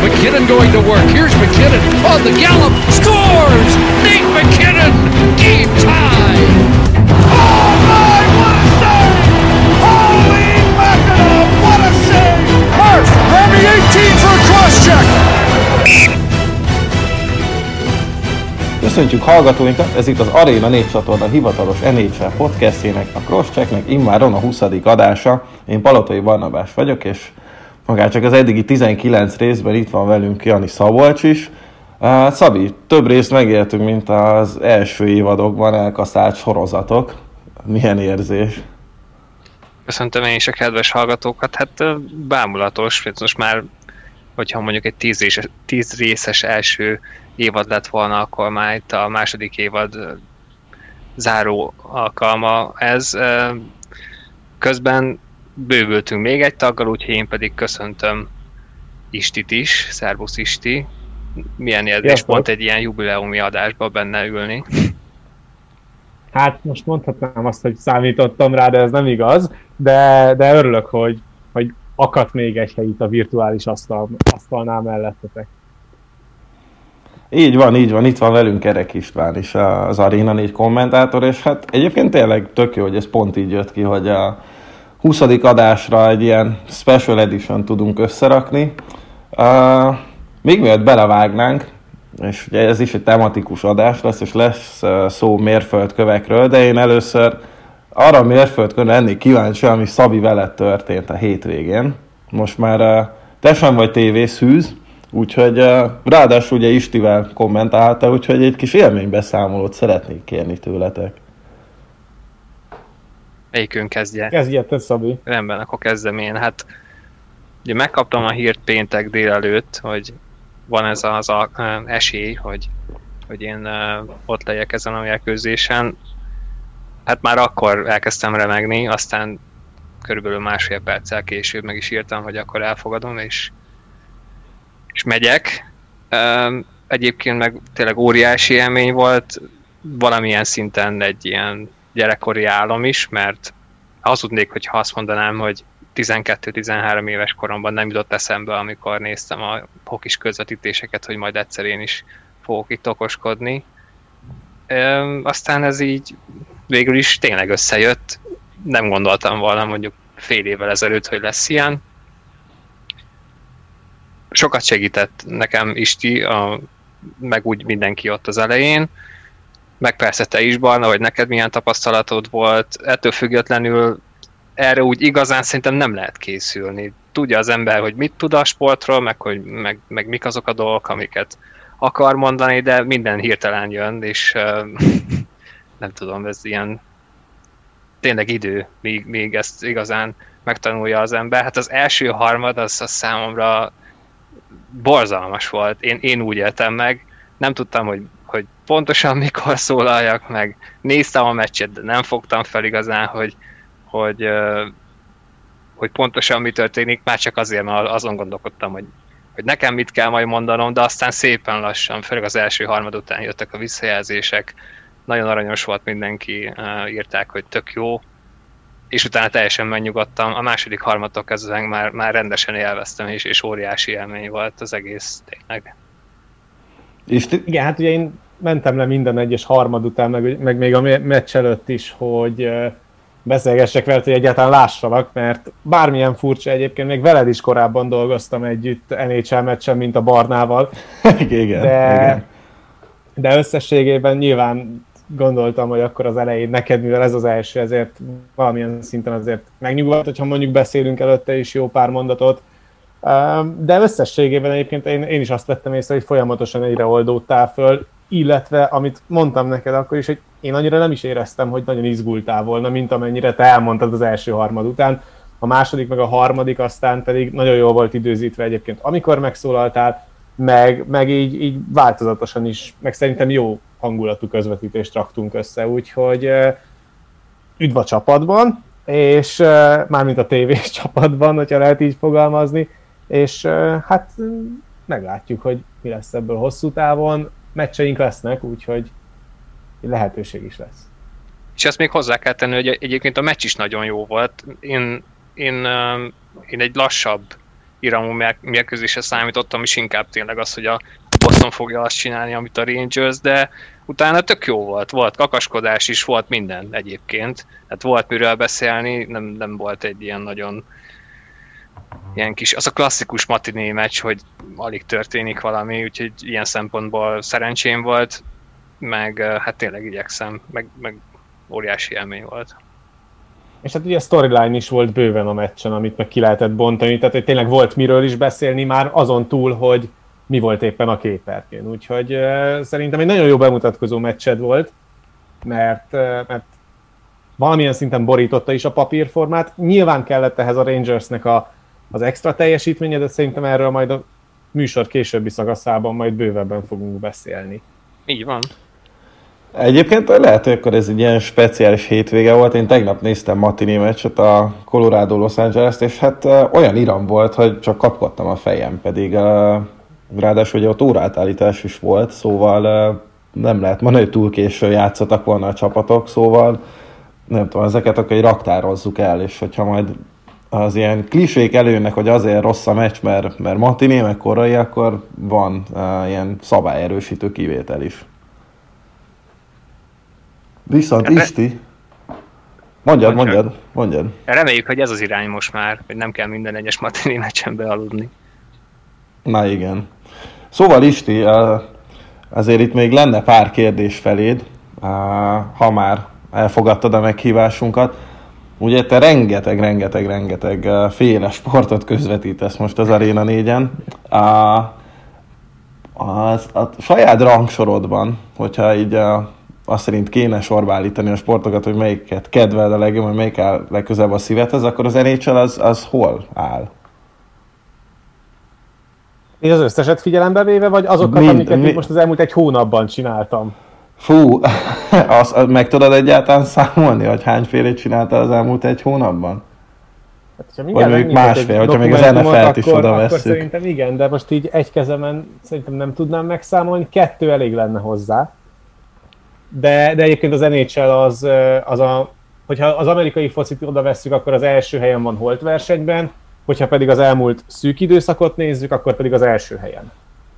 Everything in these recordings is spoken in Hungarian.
McKinnon going to work. Here's McKinnon on the gallop. Scores! Nate McKinnon! Game tie! Oh my, what a save! Holy mackerel, what a save! Hurst, Remy 18 for a cross-check! Köszöntjük hallgatóinkat, ez itt az Arena 4 csatorna hivatalos NHL podcastjének, a Crosschecknek immáron a 20. adása. Én Palotai Barnabás vagyok, és magát az eddigi 19 részben itt van velünk Jani Szabolcs is. Szabi, több részt megéltünk, mint az első évadokban elkaszált sorozatok. Milyen érzés? Köszöntöm én is a kedves hallgatókat. Hát bámulatos, most már, hogyha mondjuk egy 10 részes első évad lett volna, akkor már itt a második évad záró alkalma ez. Közben bővültünk még egy taggal, úgyhogy én pedig köszöntöm Istit is. Szervusz Isti! Milyen érzés pont egy ilyen jubileumi adásban benne ülni? Hát most mondhatnám azt, hogy számítottam rá, de ez nem igaz, de örülök, hogy akadt még egy hely itt a virtuális asztalnál mellettetek. Így van, itt van velünk Kerek István is, az Arena 4 kommentátor, és hát egyébként tényleg tök jó, hogy ez pont így jött ki, hogy a 20. adásra egy ilyen special edition tudunk összerakni. Még mielőtt belevágnánk, és ugye ez is egy tematikus adás lesz, és lesz szó mérföldkövekről, de én először arra a mérföldkön lennék kíváncsi, ami Szabi veled történt a hétvégén. Most már te sem vagy tévészűz, úgyhogy ráadásul ugye Istivel kommentálta, úgyhogy egy kis élménybeszámolót szeretnék kérni tőletek. Melyikünk kezdje? Kezdjétek, Szabi. Rendben, akkor kezdem én. Hát ugye megkaptam a hírt péntek délelőtt, hogy van ez az esély, hogy én ott legyek ezen a mérkőzésen. Hát már akkor elkezdtem remegni, aztán körülbelül másfél perccel később meg is írtam, hogy akkor elfogadom, és megyek. Egyébként meg tényleg óriási élmény volt, valamilyen szinten egy ilyen gyerekkori álom is, mert hazudnék, hogyha azt mondanám, hogy 12-13 éves koromban nem jutott eszembe, amikor néztem a hokis közvetítéseket, hogy majd egyszer én is fogok itt okoskodni. Aztán ez így végül is tényleg összejött. Nem gondoltam volna mondjuk fél évvel ezelőtt, hogy lesz ilyen. Sokat segített nekem Isti, meg úgy mindenki ott az elején. Meg persze te is, Barna, hogy neked milyen tapasztalatod volt. Ettől függetlenül erre úgy igazán szerintem nem lehet készülni. Tudja az ember, hogy mit tud a sportról, meg mik azok a dolgok, amiket akar mondani, de minden hirtelen jön, és nem tudom, ez ilyen tényleg idő, míg ezt igazán megtanulja az ember. Hát az első harmad, az számomra borzalmas volt. Én úgy éltem meg, nem tudtam, hogy pontosan mikor szólaljak meg. Néztem a meccset, de nem fogtam fel igazán, hogy pontosan mi történik, már csak azért, mert azon gondolkodtam, hogy nekem mit kell majd mondanom, de aztán szépen lassan, főleg az első harmad után jöttek a visszajelzések, nagyon aranyos volt mindenki, írták, hogy tök jó, és utána teljesen megnyugodtam. A második harmadtól kezdve már rendesen élveztem, és óriási élmény volt az egész tényleg. Igen, hát ugye én mentem le minden egyes harmad után, meg még a meccs előtt is, hogy beszélgessek veled, hogy egyáltalán lássalak, mert bármilyen furcsa egyébként, még veled is korábban dolgoztam együtt NHL meccsen, mint a Barnával. Igen. De összességében nyilván gondoltam, hogy akkor az elején neked, mivel ez az első, ezért valamilyen szinten azért megnyugodt, hogyha mondjuk beszélünk előtte is jó pár mondatot. De összességében egyébként én is azt vettem észre, hogy folyamatosan egyre oldódtál föl, illetve amit mondtam neked akkor is, hogy én annyira nem is éreztem, hogy nagyon izgultál volna, mint amennyire te elmondtad az első harmad után. A második meg a harmadik aztán pedig nagyon jól volt időzítve egyébként, amikor megszólaltál, meg így változatosan is, meg szerintem jó hangulatú közvetítést raktunk össze, úgyhogy üdv a csapatban, és mármint a tévés csapatban, hogyha lehet így fogalmazni, és hát meglátjuk, hogy mi lesz ebből hosszú távon. Meccseink lesznek, úgyhogy lehetőség is lesz. És ezt még hozzá kell tenni, hogy egyébként a meccs is nagyon jó volt. Én egy lassabb iramú mérkőzésre számítottam, és inkább tényleg az, hogy a Boston fogja azt csinálni, amit a Rangers, de utána tök jó volt kakaskodás is, volt minden egyébként, tehát volt miről beszélni, nem volt egy ilyen nagyon ilyen kis, az a klasszikus matiné meccs, hogy alig történik valami, úgyhogy ilyen szempontból szerencsém volt, meg hát tényleg igyekszem, meg óriási élmény volt. És hát ugye storyline is volt bőven a meccsen, amit meg ki lehetett bontani, tehát hogy tényleg volt miről is beszélni már azon túl, hogy mi volt éppen a képernyőn. Úgyhogy szerintem egy nagyon jó bemutatkozó meccsed volt, mert valamilyen szinten borította is a papírformát. Nyilván kellett ehhez a Rangersnek az extra teljesítménye, de szerintem erről majd a műsor későbbi szakaszában majd bővebben fogunk beszélni. Így van. Egyébként lehet, hogy akkor ez egy ilyen speciális hétvége volt. Én tegnap néztem matiné meccset, a Colorado Los Angeles-t, és hát olyan iram volt, hogy csak kapkodtam a fejem, pedig ráadásul ugye ott órátállítás is volt, szóval nem lehet mondani, hogy túl késő játszottak volna a csapatok, szóval nem tudom, ezeket akkor raktározzuk el, és hogyha majd az ilyen klisék előnnek, hogy azért rossz a meccs, mert matiné, meg korai, akkor van ilyen szabályerősítő kivétel is. Viszont Isti, mondjad. Reméljük, hogy ez az irány most már, hogy nem kell minden egyes matiné meccsen bealudni. Na igen. Szóval Isti, azért itt még lenne pár kérdés feléd, ha már elfogadtad a meghívásunkat. Ugye te rengeteg féle sportot közvetítesz most az Arena 4-en. A saját rangsorodban, hogyha így azt szerint kéne sorba állítani a sportokat, hogy melyiket kedveled a legjobban, vagy melyik áll legközelebb a szívedhez, akkor az NHL az hol áll? És az összeset figyelembe véve, vagy azokat, amiket most az elmúlt egy hónapban csináltam? Fú, azt meg tudod egyáltalán számolni, hogy hányfélét csináltál az elmúlt egy hónapban? Hát, vagy még másfél, hogyha még az NFL-t is oda vesszük. Akkor szerintem igen, de most így egy kezemen szerintem nem tudnám megszámolni, 2 elég lenne hozzá. De egyébként az NHL hogyha az amerikai focit oda vesszük, akkor az első helyen van holt versenyben, hogyha pedig az elmúlt szűk időszakot nézzük, akkor pedig az első helyen.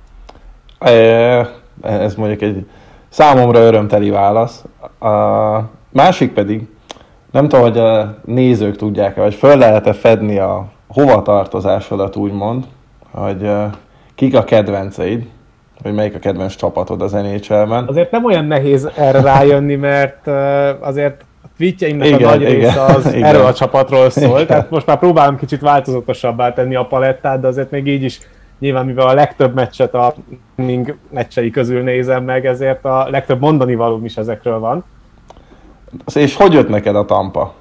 Ez mondjuk egy számomra örömteli válasz. A másik pedig, nem tudom, hogy a nézők tudják-e, vagy föl lehet-e fedni a hovatartozásodat úgymond, hogy kik a kedvenceid, hogy melyik a kedvenc csapatod az NHL-ben. Azért nem olyan nehéz erre rájönni, mert azért a tweetjeimnek a nagy része az erről a csapatról szól, tehát most már próbálom kicsit változatosabbá tenni a palettát, de azért még így is nyilván, mivel a legtöbb meccset a meccsei közül nézem meg, ezért a legtöbb mondani valóm is ezekről van. És hogy jött neked a Tampa?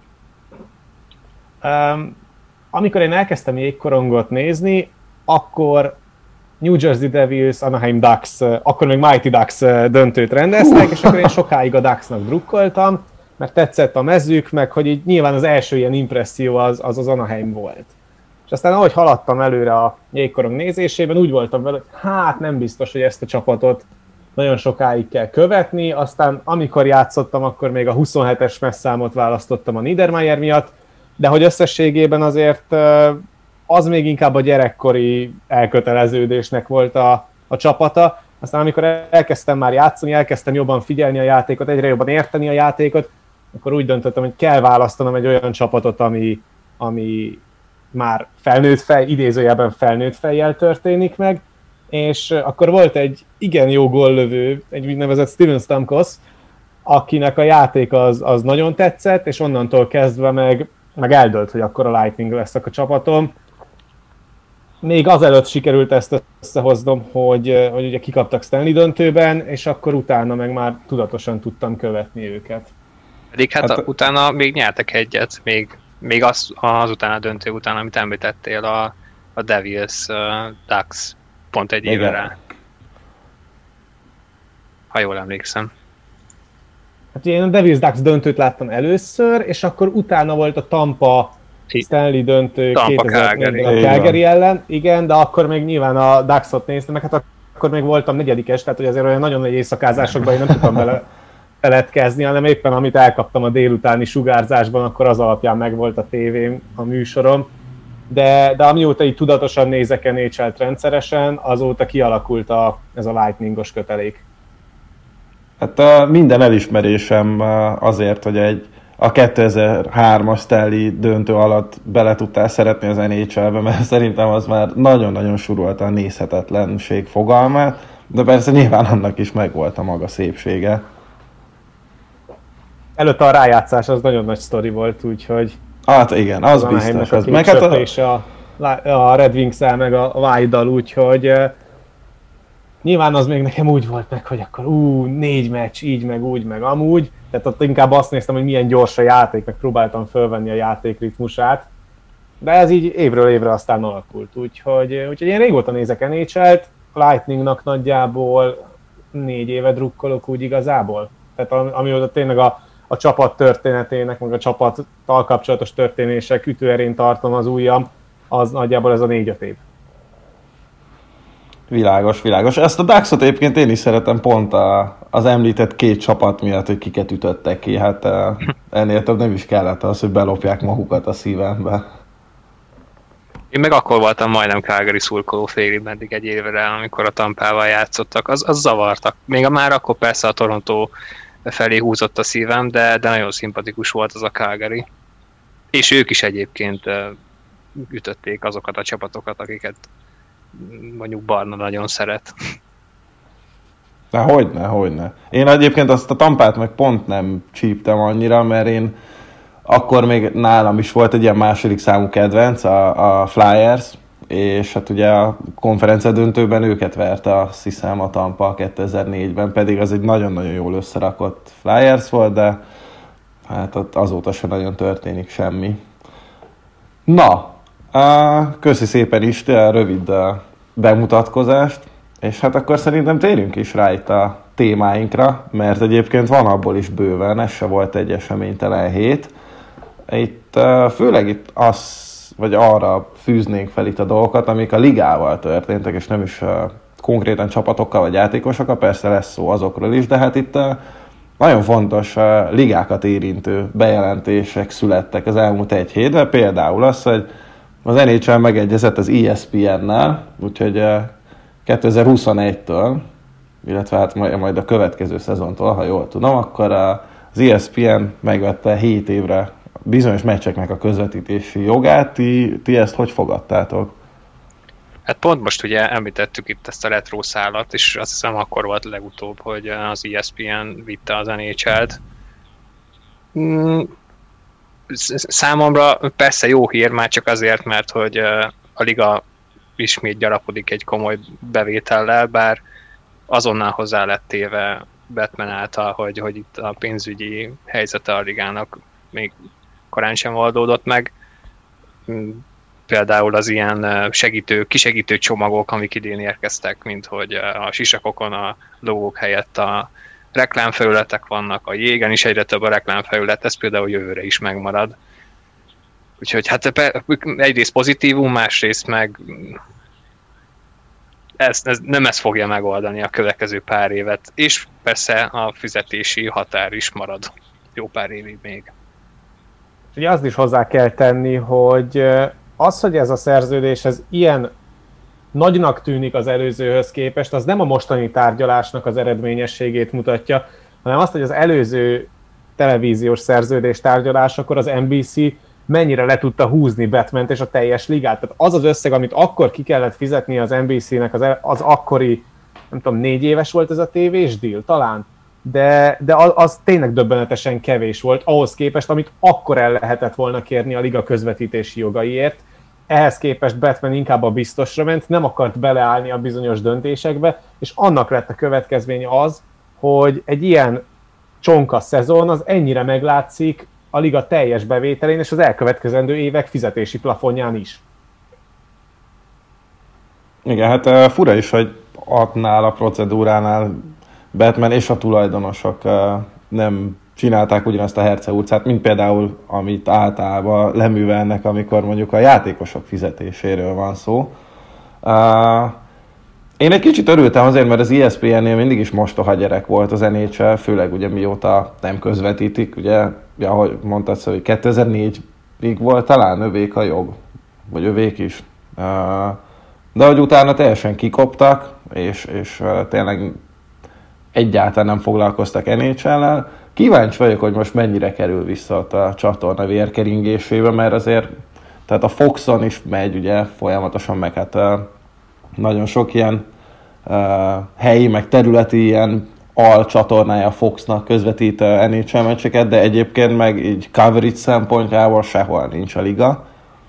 Amikor én elkezdtem jégkorongot nézni, akkor New Jersey Devils, Anaheim Ducks, akkor még Mighty Ducks döntőt rendeztek, és akkor én sokáig a Ducksnak drukkoltam, mert tetszett a mezük, meg hogy így nyilván az első ilyen impresszió az Anaheim volt. És aztán ahogy haladtam előre a jégkorong nézésében, úgy voltam vele, hogy hát nem biztos, hogy ezt a csapatot nagyon sokáig kell követni, aztán amikor játszottam, akkor még a 27-es messzámot választottam a Niedermayer miatt, de hogy összességében azért az még inkább a gyerekkori elköteleződésnek volt a csapata. Aztán amikor elkezdtem már játszani, elkezdtem jobban figyelni a játékot, egyre jobban érteni a játékot, akkor úgy döntöttem, hogy kell választanom egy olyan csapatot, ami már idézőjelben felnőtt fejjel történik meg, és akkor volt egy igen jó góllövő, egy úgynevezett Steven Stamkos, akinek a játék az nagyon tetszett, és onnantól kezdve meg eldölt, hogy akkor a Lightning lesz a csapatom. Még azelőtt sikerült ezt összehoznom, hogy ugye kikaptak Stanley döntőben, és akkor utána meg már tudatosan tudtam követni őket. Pedig hát utána még nyertek egyet, még azután a döntő után, amit említettél, a Devils Ducks pont egy évre rá. Ha jól emlékszem. Hát én a Devils Ducks döntőt láttam először, és akkor utána volt a Tampa Stanley döntő 2004-ben a Calgary ellen, igen, de akkor még nyilván a Ducksot néztem, meg hát akkor még voltam negyedikes, tehát hogy azért olyan nagyon nagy éjszakázásokban én nem tudtam beletkezni, hanem éppen amit elkaptam a délutáni sugárzásban, akkor az alapján megvolt a tévém, a műsorom. de amióta így tudatosan nézek NHL-t rendszeresen, azóta kialakult ez a Lightning-os kötelék. Hát minden elismerésem azért, hogy a 2003-as Stanley döntő alatt bele tudtál szeretni az NHL-be, mert szerintem az már nagyon-nagyon surolta a nézhetetlenség fogalmát, de persze nyilván annak is megvolt a maga szépsége. Előtte a rájátszás az nagyon nagy sztori volt, úgyhogy... Hát igen, az biztos. Az meg hát a Red Wings-el, meg a Wild-dal, úgyhogy nyilván az még nekem úgy volt meg, hogy akkor 4 meccs, így meg úgy, meg amúgy. Tehát ott inkább azt néztem, hogy milyen gyors a játék, meg próbáltam fölvenni a játék ritmusát. De ez így évről évre aztán alakult, úgyhogy én régóta nézek NHL-t, Lightningnak nagyjából 4 éve drukkolok úgy igazából. Tehát amióta tényleg a csapat történetének, meg a csapattal kapcsolatos történések ütőerén tartom az ujjam, az nagyjából ez a 4-5 év. Világos. Ezt a Ducksot egyébként én is szeretem pont az említett 2 csapat miatt, hogy kiket ütöttek ki. Hát ennél több nem is kellett az, hogy belopják magukat a szívembe. Én meg akkor voltam majdnem Calgary szurkoló félig meddig egy évre, amikor a Tampával játszottak. Az zavartak. Még már akkor persze a Toronto felé húzott a szívem, de nagyon szimpatikus volt az a Calgary. És ők is egyébként ütötték azokat a csapatokat, akiket mondjuk Barna nagyon szeret. Hogyne. Én egyébként azt a Tampát meg pont nem csíptem annyira, mert én akkor még nálam is volt egy ilyen második számú kedvenc, a Flyers, és hát ugye a konferencia döntőben őket verte, azt hiszem, a Tampa 2004-ben, pedig az egy nagyon-nagyon jól összerakott Flyers volt, de hát ott azóta sem nagyon történik semmi. Na, köszi szépen Isti a rövid bemutatkozást, és hát akkor szerintem térjünk is rá itt a témáinkra, mert egyébként van abból is bőven, ez se volt egy eseménytelen hét. Itt főleg itt vagy arra fűznénk fel itt a dolgokat, amik a ligával történtek, és nem is konkrétan csapatokkal vagy játékosokkal, persze lesz szó azokról is, de hát itt nagyon fontos ligákat érintő bejelentések születtek az elmúlt egy hétben, például az, hogy az NHL megegyezett az ESPN-nel, úgyhogy 2021-től, illetve hát majd a következő szezontól, ha jól tudom, akkor az ESPN megvette 7 évre bizonyos meccseknek a közvetítési jogát. Ti ezt hogy fogadtátok? Hát pont most ugye említettük itt ezt a retro szálat, és azt hiszem akkor volt legutóbb, hogy az ESPN vitte az NHL-t. Számomra persze jó hír, már csak azért, mert hogy a liga ismét gyarapodik egy komoly bevétellel, bár azonnal hozzá lett téve Batman által, hogy itt a pénzügyi helyzete a ligának még korán sem oldódott meg. Például az ilyen kisegítő csomagok, amik idén érkeztek, mint hogy a sisakokon a logók helyett a reklámfelületek vannak, a jégen is egyre több a reklámfelület, ez például jövőre is megmarad. Úgyhogy hát egyrészt pozitívum, másrészt meg nem ez fogja megoldani a következő pár évet, és persze a fizetési határ is marad jó pár évig még. Ugye azt is hozzá kell tenni, hogy hogy ez a szerződés ez ilyen nagynak tűnik az előzőhöz képest, az nem a mostani tárgyalásnak az eredményességét mutatja, hanem azt, hogy az előző televíziós szerződés tárgyalásakor az NBC mennyire le tudta húzni Batmant és a teljes ligát. Tehát az az összeg, amit akkor ki kellett fizetni az NBC-nek, az akkori, nem tudom, 4 éves volt ez a tévés deal talán, de az tényleg döbbenetesen kevés volt ahhoz képest, amit akkor el lehetett volna kérni a liga közvetítési jogaiért. Ehhez képest Batman inkább a biztosra ment, nem akart beleállni a bizonyos döntésekbe, és annak lett a következménye az, hogy egy ilyen csonka szezon az ennyire meglátszik a liga teljes bevételén és az elkövetkezendő évek fizetési plafonján is. Igen, hát fura is, hogy annál a procedúránál Batman és a tulajdonosok nem csinálták ugyanazt a Herce utcát, mint például, amit általában leművelnek, amikor mondjuk a játékosok fizetéséről van szó. Én egy kicsit örültem azért, mert az ESPN-nél mindig is mostoha gyerek volt az NHL, főleg ugye mióta nem közvetítik, ugye, ahogy mondtad, hogy 2004-ig volt talán övék a jog. vagy övék is. De hogy utána teljesen kikoptak, és tényleg egyáltalán nem foglalkoztak NHL-lel. Kíváncsi vagyok, hogy most mennyire kerül vissza a csatorna vérkeringésébe, mert azért tehát a Foxon is megy ugye folyamatosan, meg hát nagyon sok ilyen helyi, meg területi ilyen alcsatornája a Foxnak közvetít NHL meccseket, de egyébként meg így coverage szempontjából sehol nincs a liga.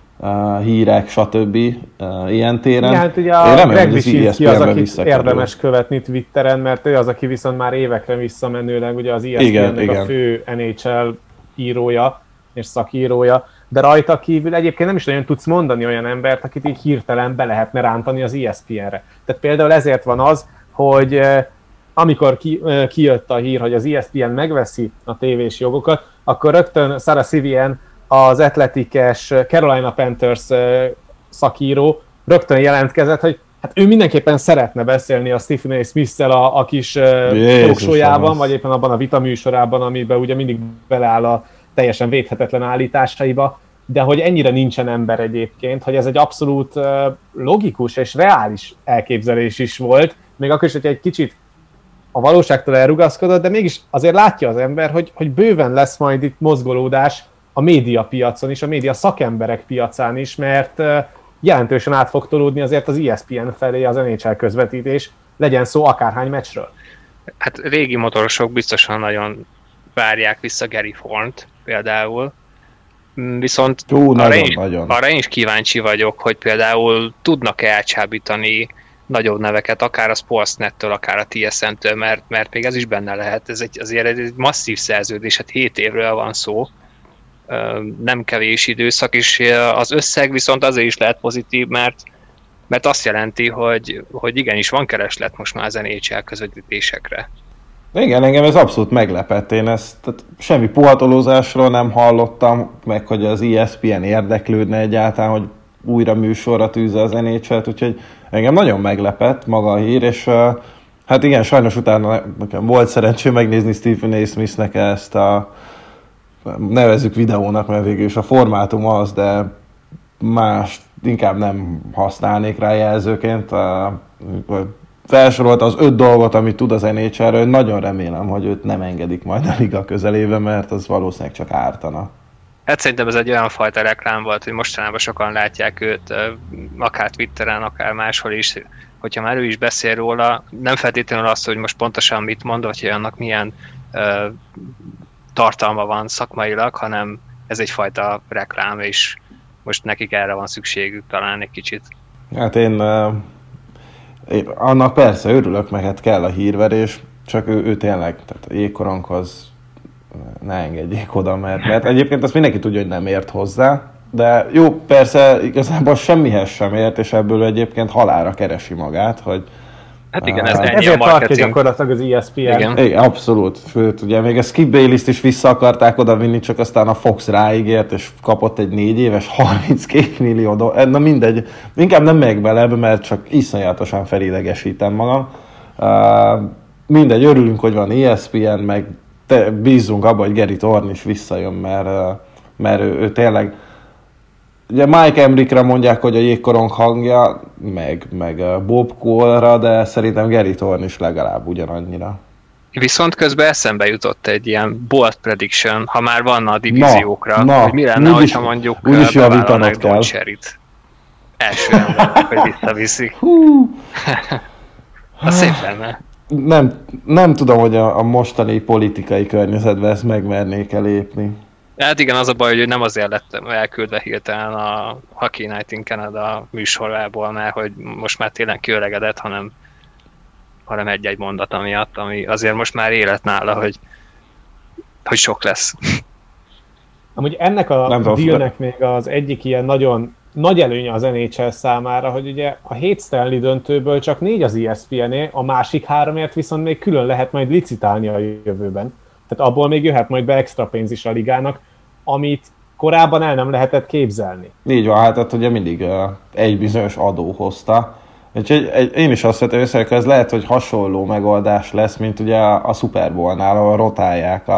Hírek, stb. Ilyen téren. Igen, hát ugye a Greg Wyshynski az, akit érdemes követni Twitteren, mert ő az, aki viszont már évekre visszamenőleg ugye az ESPN-nek a fő NHL írója és szakírója, de rajta kívül egyébként nem is nagyon tudsz mondani olyan embert, akit így hirtelen be lehetne rántani az ESPN-re. Tehát például ezért van az, hogy amikor kijött a hír, hogy az ESPN megveszi a tévés jogokat, akkor rögtön Sarah Civian, az atletikes Carolina Panthers szakíró rögtön jelentkezett, hogy hát ő mindenképpen szeretne beszélni a Stephen A. Smith-szel a kis talkshow-jában, vagy éppen abban a vita műsorában, amiben ugye mindig beleáll a teljesen védhetetlen állításaiba, de hogy ennyire nincsen ember egyébként, hogy ez egy abszolút logikus és reális elképzelés is volt, még akkor is, hogy egy kicsit a valóságtól elrugaszkodott, de mégis azért látja az ember, hogy bőven lesz majd itt mozgolódás a médiapiacon is, a média szakemberek piacán is, mert jelentősen át fog tolódni azért az ESPN felé az NHL közvetítés, legyen szó akárhány meccsről. Hát régi motorosok biztosan nagyon várják vissza Gary Thornt például, viszont arra én is kíváncsi vagyok, hogy például tudnak-e elcsábítani nagyobb neveket, akár a Sportsnet-től, akár a TSN-től, mert még ez is benne lehet. Ez azért egy masszív szerződés, hát 7 évről van szó, nem kevés időszak, és az összeg viszont azért is lehet pozitív, mert azt jelenti, hogy igenis van kereslet most már az NHL közvetítésekre. Igen, engem ez abszolút meglepett. Én ezt tehát semmi puhatolózásról nem hallottam, meg hogy az ESPN érdeklődne egyáltalán, hogy újra műsorra tűzze az NHL-t, úgyhogy engem nagyon meglepett maga a hír, és hát igen, sajnos utána nekem volt szerencsém megnézni Stephen A. Smith-nek ezt a nevezzük videónak, mert végül is a formátum az, de más inkább nem használnék rá jelzőként. Felsorolta az 5 dolgot, amit tud az NHL-ről, nagyon remélem, hogy őt nem engedik majd a liga közelébe, mert az valószínűleg csak ártana. Hát szerintem ez egy olyan fajta reklám volt, hogy mostanában sokan látják őt, akár Twitteren, akár máshol is, hogyha már ő is beszél róla, nem feltétlenül azt, hogy most pontosan mit mond, vagy hogy annak milyen tartalma van szakmailag, hanem ez egyfajta reklám, és most nekik erre van szükségük talán egy kicsit. Hát én annak persze örülök, meg hát kell a hírverés, csak ő tényleg, tehát a jégkoronghoz ne engedjék oda, mert egyébként azt mindenki tudja, hogy nem ért hozzá, de jó, persze igazából semmihez sem ért, és ebből egyébként halálra keresi magát, hogy hát igen, ez ennyi ezért a marketing. gyakorlatilag az ESPN. Igen, abszolút. Sőt, ugye még a Skip Bayless-t is vissza akarták odavinni, csak aztán a Fox ráígért, és kapott egy 4 éves 32 millió $. Na mindegy, inkább nem megyek bele ebbe, mert csak iszonyatosan felidegesítem magam. Mindegy, örülünk, hogy van ESPN, meg bízunk abban, hogy Gary Thorne is visszajön, mert ő tényleg. Ugye Mike Emrickre mondják, hogy a jégkorong hangja, meg Bob Cole-ra, de szerintem Gary Thorne is legalább ugyanannyira. Viszont közben eszembe jutott egy ilyen bold prediction, ha már van a divíziókra, hogy mi lenne, hogyha mondjuk bevállalnak Don Cherryt. Első embernek, hogy visszaviszik. Az szép lenne. Nem tudom, hogy a mostani politikai környezetben ezt megmernék-e lépni. Hát igen, az a baj, hogy nem azért lett elküldve hirtelen a Hockey Night in Canada műsorából, mert hogy most már tényleg kiöregedett, hanem egy-egy mondata miatt, ami azért most már élet nála, hogy sok lesz. Amúgy ennek a dealnek még az egyik ilyen nagyon nagy előnye az NHL számára, hogy ugye a 7 Stanley döntőből csak 4 az ESPN-é, a másik 3-ért viszont még külön lehet majd licitálni a jövőben. Tehát abból még jöhet majd be extra pénz is a ligának, amit korábban el nem lehetett képzelni. Így van, hát ugye mindig egy bizonyos adó hozta. Úgyhogy én is azt vettem észre, hogy ez lehet, hogy hasonló megoldás lesz, mint ugye a Super Bowl-nál, ahol rotálják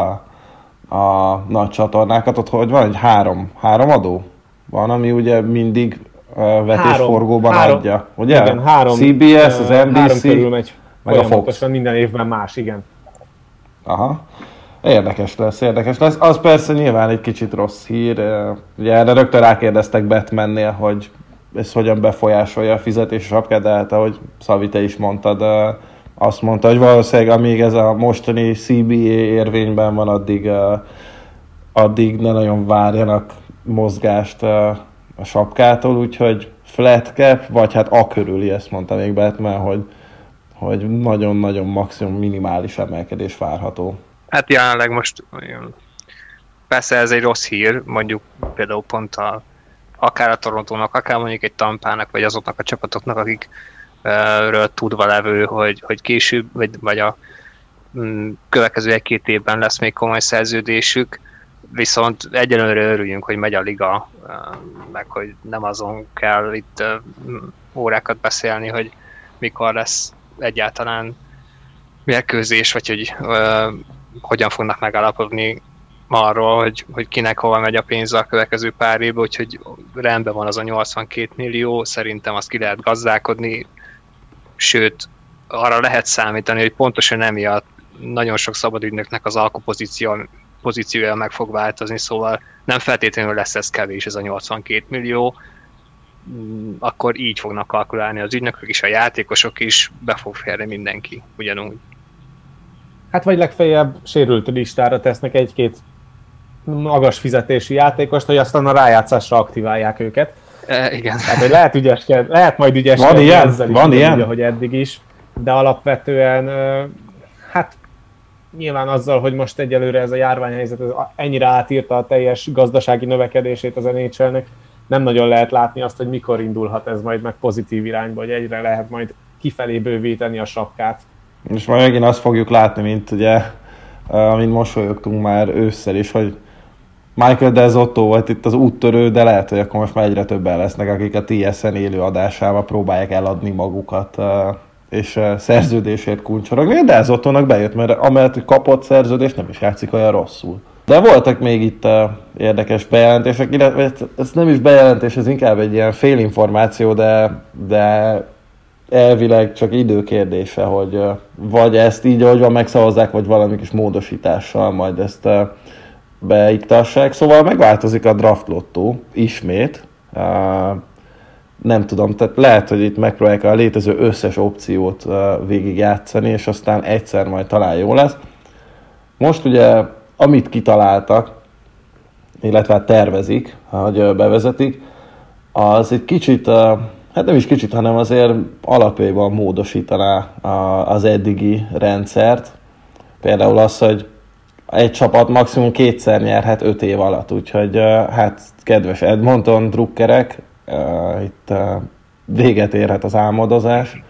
a nagy csatornákat, ott hogy van egy három adó van, ami ugye mindig vetésforgóban adja, ugye? Igen, 3. CBS, az NBC, 3 körül megy meg a Fox. Minden évben más, igen. Aha. Érdekes lesz. Az persze nyilván egy kicsit rossz hír. Ugye erre rögtön rákérdeztek Batmannél, hogy ez hogyan befolyásolja a fizetési sapkát, de hát ahogy Szabi, te is mondtad, azt mondta, hogy valószínűleg amíg ez a mostani CBA érvényben van, addig ne nagyon várjanak mozgást a sapkától, úgyhogy flat cap, vagy hát a körüli, ezt mondta még Batman, hogy nagyon-nagyon maximum minimális emelkedés várható. Hát jelenleg most persze ez egy rossz hír, mondjuk például pont akár a Torontónak, akár mondjuk egy Tampának, vagy azoknak a csapatoknak, akikről tudva levő, hogy később, vagy a következő 1-2 évben lesz még komoly szerződésük, viszont egyelőre örüljünk, hogy megy a liga, meg hogy nem azon kell itt órákat beszélni, hogy mikor lesz egyáltalán mérkőzés, vagy hogy hogyan fognak megállapodni arról, hogy kinek hova megy a pénz a következő pár évben, úgyhogy rendben van az a 82 millió, szerintem azt ki lehet gazdálkodni, sőt, arra lehet számítani, hogy pontosan emiatt nagyon sok szabadügynöknek az alkupozíciója meg fog változni, szóval nem feltétlenül lesz ez kevés, ez a 82 millió, akkor így fognak kalkulálni az ügynökök is, a játékosok is, be fog férni mindenki, ugyanúgy. Hát vagy legfeljebb sérült listára tesznek 1-2 magas fizetési játékost, hogy aztán a rájátszásra aktiválják őket. Igen. Tehát, hogy lehet majd ügyeskedni ezzel van is, ilyen? ahogy eddig is, de alapvetően hát nyilván azzal, hogy most egyelőre ez a járványhelyzet ennyire átírta a teljes gazdasági növekedését az NHL-nek, nem nagyon lehet látni azt, hogy mikor indulhat ez majd meg pozitív irányba, hogy egyre lehet majd kifelé bővíteni a sapkát. És majd megint azt fogjuk látni, mint ugye, amint mosolyogtunk már ősszel is, hogy Michael Del Zotto volt itt az úttörő, de lehet, hogy akkor most már egyre többen lesznek, akik a TSN élő adásával próbálják eladni magukat, és szerződésért kuncsorogni. Del Zottónak bejött, mert amellett, hogy kapott szerződést, nem is játszik olyan rosszul. De voltak még itt érdekes bejelentések, illetve ez nem is bejelentés, ez inkább egy ilyen félinformáció, de elvileg csak időkérdése, hogy vagy ezt így, ahogy van, megszavazzák, vagy valami kis módosítással majd ezt beiktassák. Szóval megváltozik a draft lottó ismét. Nem tudom, tehát lehet, hogy itt megpróbálják a létező összes opciót végigjátszani, és aztán egyszer majd talán jó lesz. Most ugye, amit kitaláltak, illetve hát tervezik, hogy bevezetik, az egy kicsit, hát nem is kicsit, hanem azért alapjában módosítaná az eddigi rendszert. Például az, hogy egy csapat maximum 2-szer nyerhet 5 év alatt, úgyhogy hát kedves Edmonton drukkerek, itt véget érhet az álmodozás.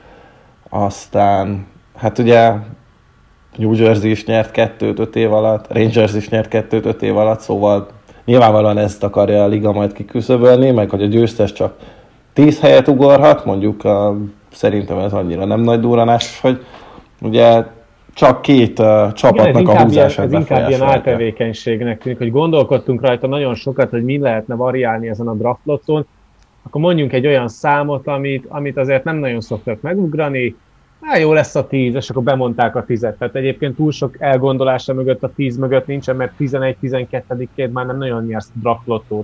Aztán hát ugye New Jersey is nyert 2-t 5 év alatt, Rangers is nyert 2-t 5 év alatt, szóval nyilvánvalóan ezt akarja a liga majd kiküszöbölni, meg hogy a győztes csak 10 helyet ugorhat, mondjuk szerintem ez annyira nem nagy durranás, hogy ugye csak 2 csapatnak a húzását befolyásolja. Ez inkább ilyen áltevékenységnek tűnik, hogy gondolkodtunk rajta nagyon sokat, hogy mi lehetne variálni ezen a draft lottón, akkor mondjunk egy olyan számot, amit azért nem nagyon szoktak megugrani, jó lesz a 10, és akkor bemondták a 10-et. Tehát egyébként túl sok elgondolása mögött a 10 mögött nincsen, mert 11-12-ként már nem nagyon nyersz draft lottót.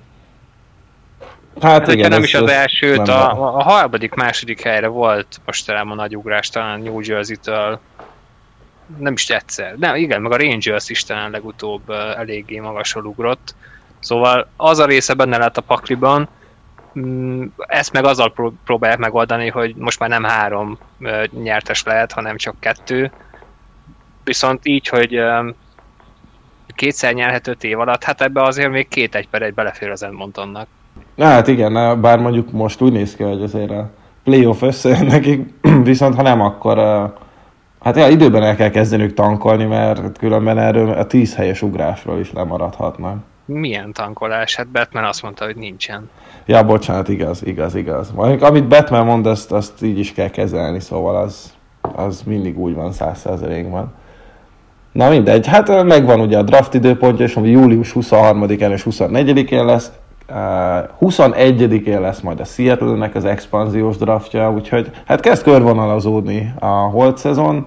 Hát igen, nem is az elsőt, a harmadik, második helyre volt mostanában nagy ugrás, talán New Jersey-től, nem is egyszer. Nem, igen, meg a Rangers is talán legutóbb eléggé magasról ugrott. Szóval az a része benne lett a pakliban, ezt meg azzal próbálják megoldani, hogy most már nem 3 nyertes lehet, hanem csak 2. Viszont így, hogy 2-szer nyerhet 5 év alatt, hát ebbe azért még 2 1/1 belefér az Edmontonnak. Hát igen, bár mondjuk most úgy néz ki, hogy azért a playoff összejön nekik, viszont ha nem, akkor hát ja, időben el kell kezdenünk tankolni, mert különben erről a 10 helyes ugrásról is lemaradhatnak. Milyen tankolás? Hát Batman azt mondta, hogy nincsen. Ja, bocsánat, igaz. Amit Batman mond, azt így is kell kezelni, szóval az mindig úgy van 100%-ban. Na mindegy, hát megvan ugye a draft időpontja, és ami július 23-án és 24-én lesz. 21-én lesz majd a Seattle-nek az expanziós draftja, úgyhogy hát kezd körvonalazódni a holt szezon.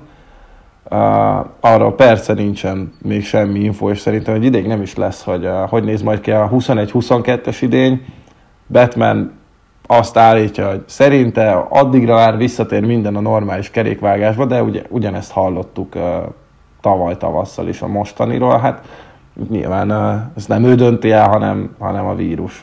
Arra persze nincsen még semmi info, és szerintem egy ideig nem is lesz, hogy néz majd ki a 21-22-es idény. Batman azt állítja, hogy szerinte addigra már visszatér minden a normális kerékvágásba, de ugye ugyanezt hallottuk tavaly tavasszal is a mostaniról. Hát nyilván ez nem ő dönti el, hanem a vírus,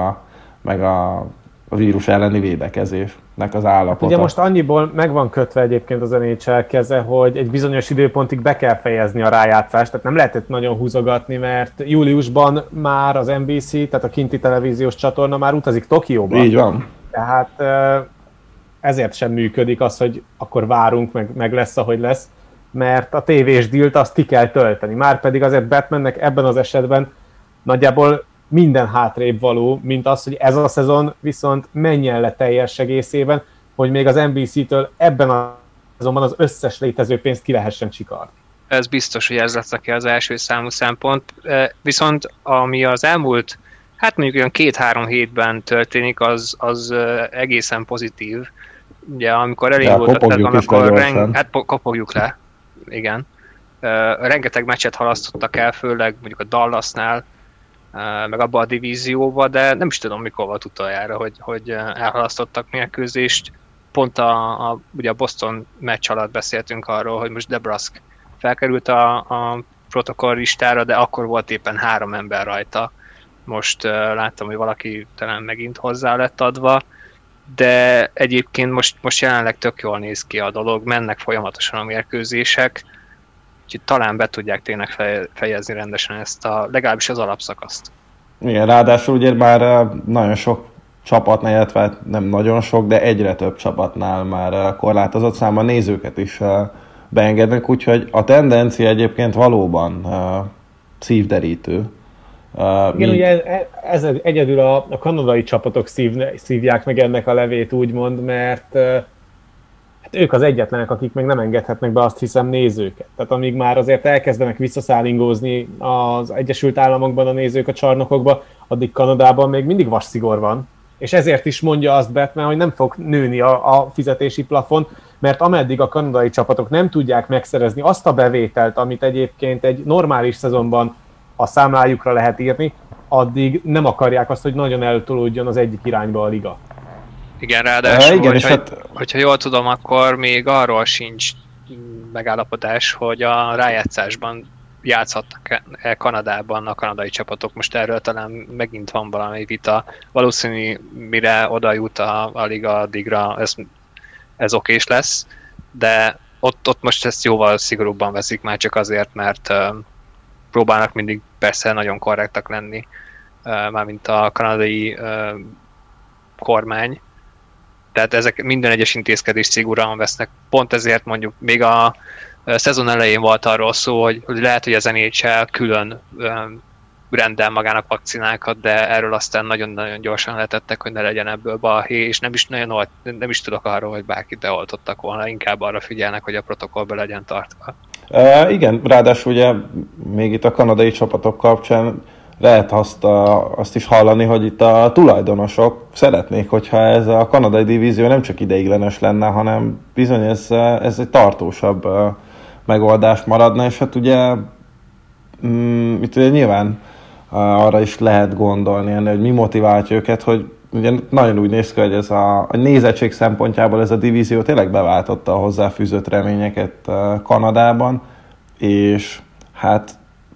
meg a vírus elleni védekezésnek az állapota. Ugye most annyiból meg van kötve egyébként az NHL keze, hogy egy bizonyos időpontig be kell fejezni a rájátszást, tehát nem lehetett nagyon húzogatni, mert júliusban már az NBC, tehát a kinti televíziós csatorna már utazik Tokióba. Így van. Tehát ezért sem működik az, hogy akkor várunk, meg lesz, ahogy lesz, mert a tévés dílt azt ki kell tölteni. Márpedig azért Batmannek ebben az esetben nagyjából minden hátrébb való, mint az, hogy ez a szezon viszont menjen le teljes egészében, hogy még az NBC-től ebben a szezonban az összes létező pénzt ki lehessen csikarni. Ez biztos, hogy ez lesz az első számú szempont. Viszont ami az elmúlt, hát mondjuk olyan 2-3 hétben történik, az egészen pozitív. Ugye amikor elindult a szezon, akkor kopogjuk le, igen. Rengeteg meccset halasztottak el, főleg mondjuk a Dallasnál, meg abba a divízióba, de nem is tudom mikor volt utoljára, hogy elhalasztottak mérkőzést. Pont ugye a Boston meccs alatt beszéltünk arról, hogy most DeBrusk felkerült a protokoll listára, de akkor volt éppen 3 ember rajta. Most láttam, hogy valaki talán megint hozzá lett adva, de egyébként most jelenleg tök jól néz ki a dolog, mennek folyamatosan a mérkőzések, úgyhogy talán be tudják tényleg fejezni rendesen ezt legalábbis az alapszakaszt. Igen, ráadásul ugye már nagyon sok csapatnál, illetve nem nagyon sok, de egyre több csapatnál már korlátozott számban nézőket is beengednek, úgyhogy a tendencia egyébként valóban szívderítő. Igen, ugye ez egyedül a kanadai csapatok szívják meg ennek a levét, úgymond, mert hát ők az egyetlenek, akik még nem engedhetnek be, azt hiszem, nézőket. Tehát amíg már azért elkezdenek visszaszállingózni az Egyesült Államokban a nézők a csarnokokba, addig Kanadában még mindig vasszigor van. És ezért is mondja azt Batman, hogy nem fog nőni a fizetési plafon, mert ameddig a kanadai csapatok nem tudják megszerezni azt a bevételt, amit egyébként egy normális szezonban a számlájukra lehet írni, addig nem akarják azt, hogy nagyon eltolódjon az egyik irányba a liga. Igen, ráadásul, hogyha jól tudom, akkor még arról sincs megállapodás, hogy a rájátszásban játszhatnak Kanadában a kanadai csapatok. Most erről talán megint van valami vita. Valószínű, mire oda jut a liga, addigra ez okés lesz, de ott most ezt jóval szigorúbban veszik már csak azért, mert próbálnak mindig persze nagyon korrektak lenni, mármint a kanadai kormány. Tehát ezek minden egyes intézkedést szigorúan vesznek. Pont ezért mondjuk még a szezon elején volt arról szó, hogy lehet, hogy az NHL külön rendel magának vakcinákat, de erről aztán nagyon-nagyon gyorsan letettek, hogy ne legyen ebből balhé, és nem is tudok arról, hogy bárkit beoltottak volna, inkább arra figyelnek, hogy a protokollba legyen tartva. Igen, ráadásul ugye még itt a kanadai csapatok kapcsán lehet azt is hallani, hogy itt a tulajdonosok szeretnék, hogyha ez a kanadai divízió nem csak ideiglenes lenne, hanem bizony ez egy tartósabb megoldás maradna, és hát ugye itt ugye nyilván arra is lehet gondolni, hogy mi motiválja őket, hogy ugye nagyon úgy néz ki, hogy ez a nézettség szempontjából ez a divízió tényleg beváltotta a hozzáfűzött reményeket Kanadában, és hát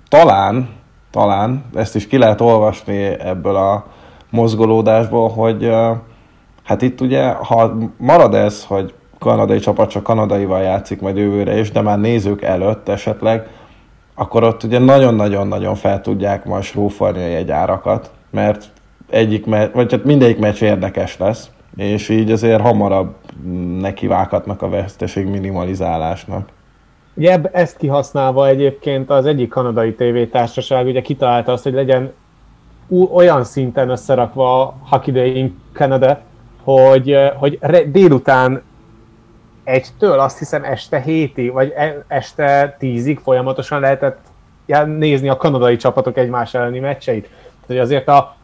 talán ezt is ki lehet olvasni ebből a mozgolódásból, hogy hát itt ugye, ha marad ez, hogy kanadai csapat csak kanadaival játszik majd jövőre is, de már nézők előtt esetleg, akkor ott ugye nagyon-nagyon-nagyon fel tudják majd srófolni a jegyárakat, mert mindegyik meccs érdekes lesz, és így azért hamarabb nekivághatnak a veszteség minimalizálásnak. Ugye ezt kihasználva egyébként az egyik kanadai tévétársaság ugye kitalálta azt, hogy legyen olyan szinten összerakva a Hockey Day in Canada, hogy délután 1-től azt hiszem este 7-ig, vagy este 10-ig folyamatosan lehetett nézni a kanadai csapatok egymás elleni meccseit. Tehát azért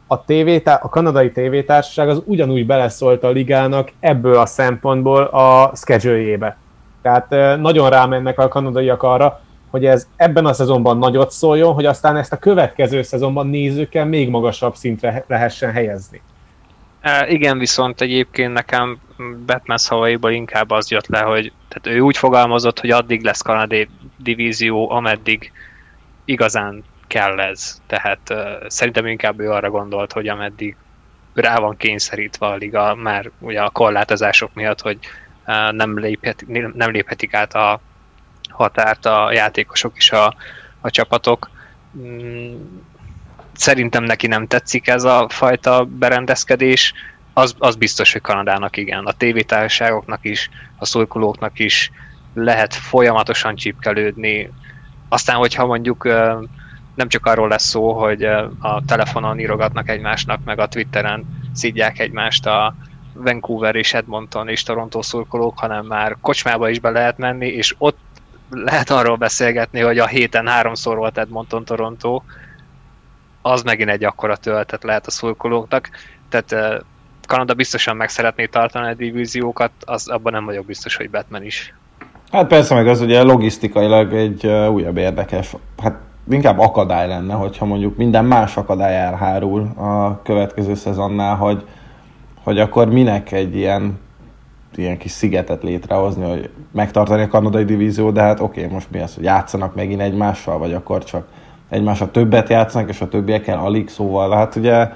a kanadai tévétársaság az ugyanúgy beleszólt a ligának ebből a szempontból a schedule-jébe. Tehát nagyon rámennek a kanadaiak arra, hogy ez ebben a szezonban nagyot szóljon, hogy aztán ezt a következő szezonban nézőkkel még magasabb szintre lehessen helyezni. Igen, viszont egyébként nekem Batman szavaiból inkább az jött le, hogy tehát ő úgy fogalmazott, hogy addig lesz kanadai divízió, ameddig igazán kell ez. Tehát szerintem inkább ő arra gondolt, hogy ameddig rá van kényszerítve a liga, már ugye a korlátozások miatt, hogy nem léphetik át a határt a játékosok és a csapatok. Szerintem neki nem tetszik ez a fajta berendezkedés. Az biztos, hogy Kanadának igen. A tévétársaságoknak is, a szurkolóknak is lehet folyamatosan csipkelődni. Aztán, hogyha mondjuk nem csak arról lesz szó, hogy a telefonon írogatnak egymásnak, meg a Twitteren szidják egymást a Vancouver és Edmonton és Toronto szurkolók, hanem már kocsmába is be lehet menni, és ott lehet arról beszélgetni, hogy a héten 3-szor volt Edmonton-Toronto, az megint egy akkora töltet lehet a szurkolóknak. Tehát Kanada biztosan meg szeretné tartani a divíziókat, abban nem vagyok biztos, hogy Batman is. Hát persze, meg az ugye logisztikailag egy újabb érdekes, hát inkább akadály lenne, hogyha mondjuk minden más akadály elhárul a következő szezonnál, hogy akkor minek egy ilyen kis szigetet létrehozni, hogy megtartani a kanadai divízió, de hát oké, most mi az, hogy játszanak megint egymással, vagy akkor csak egymással többet játszanak, és a többiekkel alig, szóval hát ugye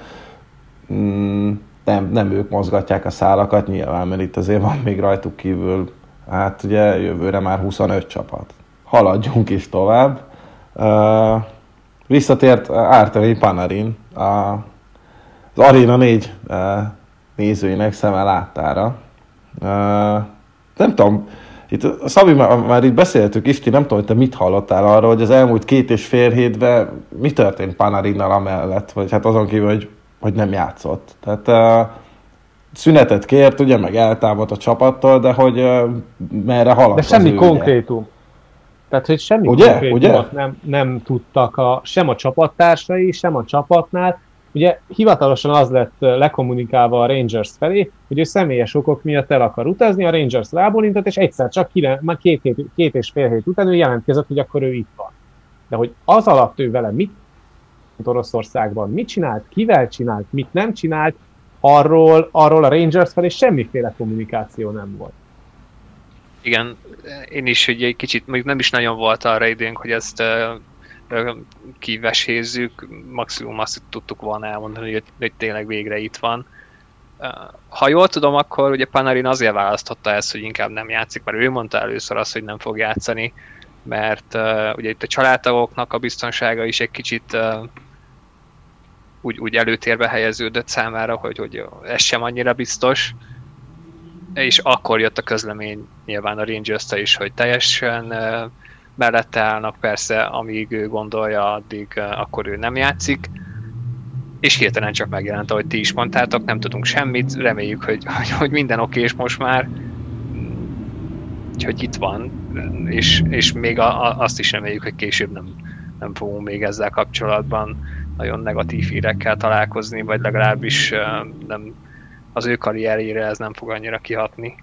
nem ők mozgatják a szálakat nyilván, mert itt azért van még rajtuk kívül, hát ugye jövőre már 25 csapat. Haladjunk is tovább. Visszatért Artemi Panarin az Arena 4 nézőinek szeme láttára. Nem tudom, itt Szabi, már itt beszéltük is, nem tudom, hogy te mit hallottál arról, hogy az elmúlt 2,5 hétben mi történt Panarinnal amellett, vagy hát azon kívül, hogy nem játszott. Tehát szünetet kért, ugye, meg eltámadt a csapattól, de hogy merre haladt. De semmi konkrétum. Tehát, hogy semmi konkrétumot nem tudtak sem a csapattársai, sem a csapatnál. Ugye hivatalosan az lett lekommunikálva a Rangers felé, hogy ő személyes okok miatt el akar utazni, a Rangers rábólintott, és egyszer csak már 2,5 hét után ő jelentkezett, hogy akkor ő itt van. De hogy az alatt ő vele mit Oroszországban, mit csinált, kivel csinált, mit nem csinált, arról a Rangers felé semmiféle kommunikáció nem volt. Igen, én is, hogy egy kicsit, mondjuk nem is nagyon volt arra időnk, hogy ezt kivesézzük, maximum azt tudtuk volna elmondani, hogy tényleg végre itt van. Ha jól tudom, akkor ugye Panarin azért választotta ezt, hogy inkább nem játszik, mert ő mondta először azt, hogy nem fog játszani, mert ugye itt a családtagoknak a biztonsága is egy kicsit úgy előtérbe helyeződött számára, hogy ez sem annyira biztos. És akkor jött a közlemény nyilván a Rangers-től is, hogy teljesen mellette állnak, persze, amíg ő gondolja, addig akkor ő nem játszik. És hirtelen csak megjelent, ahogy ti is mondtátok, nem tudunk semmit, reméljük, hogy minden oké, és most már hogy itt van, és még azt is reméljük, hogy később nem fogunk még ezzel kapcsolatban nagyon negatív hírekkel találkozni, vagy legalábbis nem, az ő karrierjére ez nem fog annyira kihatni.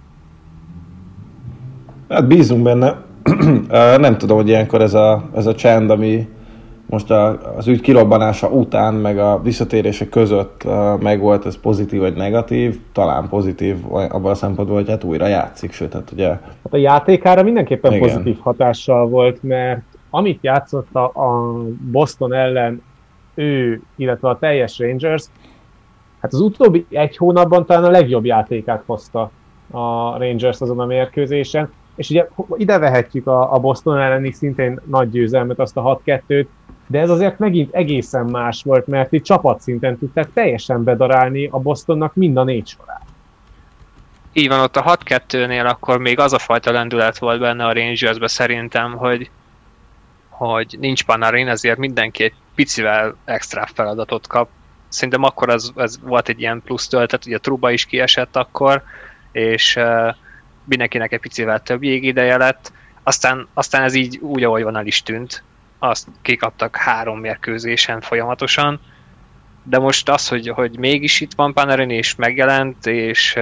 Hát bízunk benne. Nem tudom, hogy ilyenkor ez a csend, ami most az ügy kirobbanása után, meg a visszatérése között megvolt, ez pozitív vagy negatív, talán pozitív abban a szempontból, hogy hát újra játszik, sőt, hát ugye... Hát a játékára mindenképpen igen, pozitív hatással volt, mert amit játszott a Boston ellen ő, illetve a teljes Rangers, hát az utóbbi egy hónapban talán a legjobb játékát hozta a Rangers azon a mérkőzésen, és ugye ide vehetjük a Boston elleni szintén nagy győzelmet, azt a 6-2-t, de ez azért megint egészen más volt, mert itt csapatszinten tudták teljesen bedarálni a Bostonnak mind a 4 sorát. Így van, ott a 6-2-nél akkor még az a fajta lendület volt benne a Rangersbe szerintem, hogy nincs Panarin, ezért mindenki egy picivel extra feladatot kap. Szerintem akkor ez volt egy ilyen plusz töltet, ugye Trouba is kiesett akkor, és mindenkinek egy picivel több jégideje lett. Aztán ez így úgy, ahogy van, el is tűnt. Azt kikaptak 3 mérkőzésen folyamatosan, de most az, hogy mégis itt van Panarin, és megjelent, és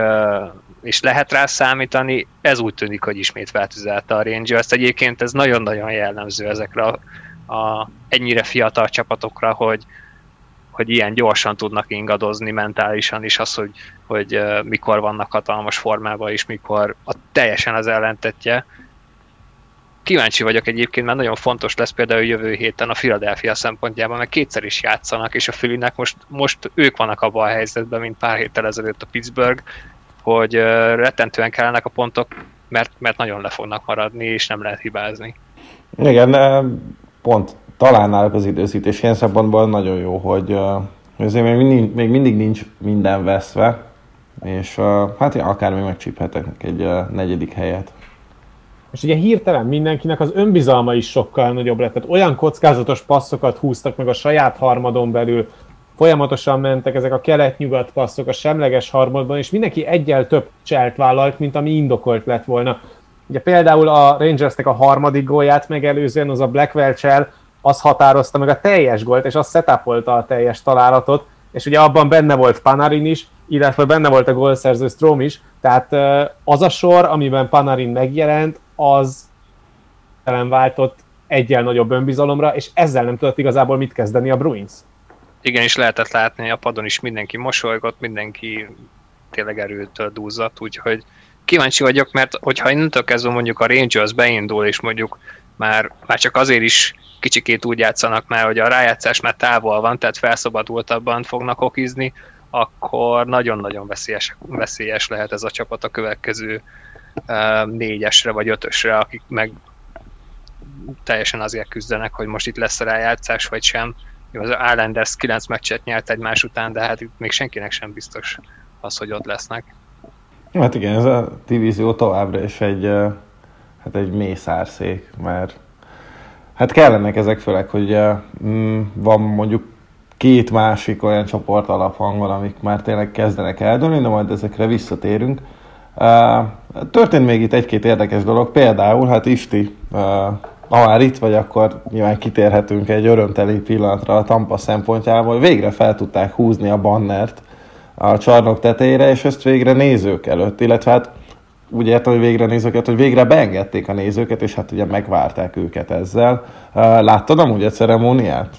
lehet rá számítani, ez úgy tűnik, hogy ismét feltüzelte a Rangers. Egyébként ez nagyon-nagyon jellemző ezekre a ennyire fiatal csapatokra, hogy ilyen gyorsan tudnak ingadozni mentálisan is, az, hogy mikor vannak hatalmas formában, és mikor teljesen az ellentetje. Kíváncsi vagyok egyébként, mert nagyon fontos lesz például jövő héten a Philadelphia szempontjában, mert kétszer is játszanak, és a Phillynek most ők vannak abban a helyzetben, mint pár héttel ezelőtt a Pittsburgh, hogy rettentően kellenek a pontok, mert nagyon le fognak maradni, és nem lehet hibázni. Igen, pont talán náluk az időzítés ilyen szempontból nagyon jó, hogy azért még mindig nincs minden veszve, és hát akár még megcsíphetek egy negyedik helyet. És ugye hirtelen mindenkinek az önbizalma is sokkal nagyobb lett. Tehát olyan kockázatos passzokat húztak meg a saját harmadon belül, folyamatosan mentek ezek a kelet-nyugat passzok a semleges harmadban, és mindenki egyel több cselt vállalt, mint ami indokolt lett volna. Ugye például a Rangersnek a harmadik gólját megelőzően az a Blackwell csel, az határozta meg a teljes gólt, és az setupolta a teljes találatot, és ugye abban benne volt Panarin is, illetve benne volt a gólszerző Strome is, tehát az a sor, amiben Panarin megjelent, az váltott egyel nagyobb önbizalomra, és ezzel nem tudott igazából mit kezdeni a Bruins. Igen, és lehetett látni, a padon is mindenki mosolygott, mindenki tényleg erőtől dúzzadt, úgyhogy kíváncsi vagyok, mert hogyha innentől kezdve mondjuk a Rangers beindul, és mondjuk már csak azért is kicsikét úgy játszanak már, hogy a rájátszás már távol van, tehát felszabadultabban fognak okizni, akkor nagyon-nagyon veszélyes lehet ez a csapat a következő 4-esre vagy 5-ösre, akik meg teljesen azért küzdenek, hogy most itt lesz a rájátszás, vagy sem. Az Islanders 9 meccset nyert egymás után, de hát itt még senkinek sem biztos az, hogy ott lesznek. Hát igen, ez a divízió továbbra is egy mély szárszék, mert hát kellenek ezek főleg, hogy van mondjuk két másik olyan csoport alaphangon, amik már tényleg kezdenek eldőlni, de majd ezekre visszatérünk. Történt még itt egy-két érdekes dolog, például, hát Isti, ha már itt vagy, akkor nyilván kitérhetünk egy örömteli pillanatra a Tampa szempontjából. Végre fel tudták húzni a bannert a csarnok tetejére, és ezt végre nézők előtt, illetve hát úgy értem, hogy végre nézőket, hogy végre beengedték a nézőket, és hát ugye megvárták őket ezzel. Láttad amúgy a ceremóniát?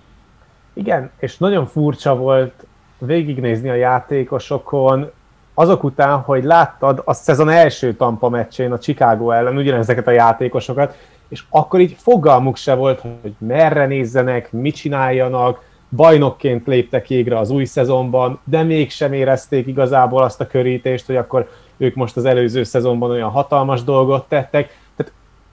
Igen, és nagyon furcsa volt végignézni a játékosokon, azok után, hogy láttad a szezon első Tampa meccsén a Chicago ellen ugyanezeket a játékosokat, és akkor így fogalmuk se volt, hogy merre nézzenek, mit csináljanak, bajnokként léptek égre az új szezonban, de mégsem érezték igazából azt a körítést, hogy akkor ők most az előző szezonban olyan hatalmas dolgot tettek. Tehát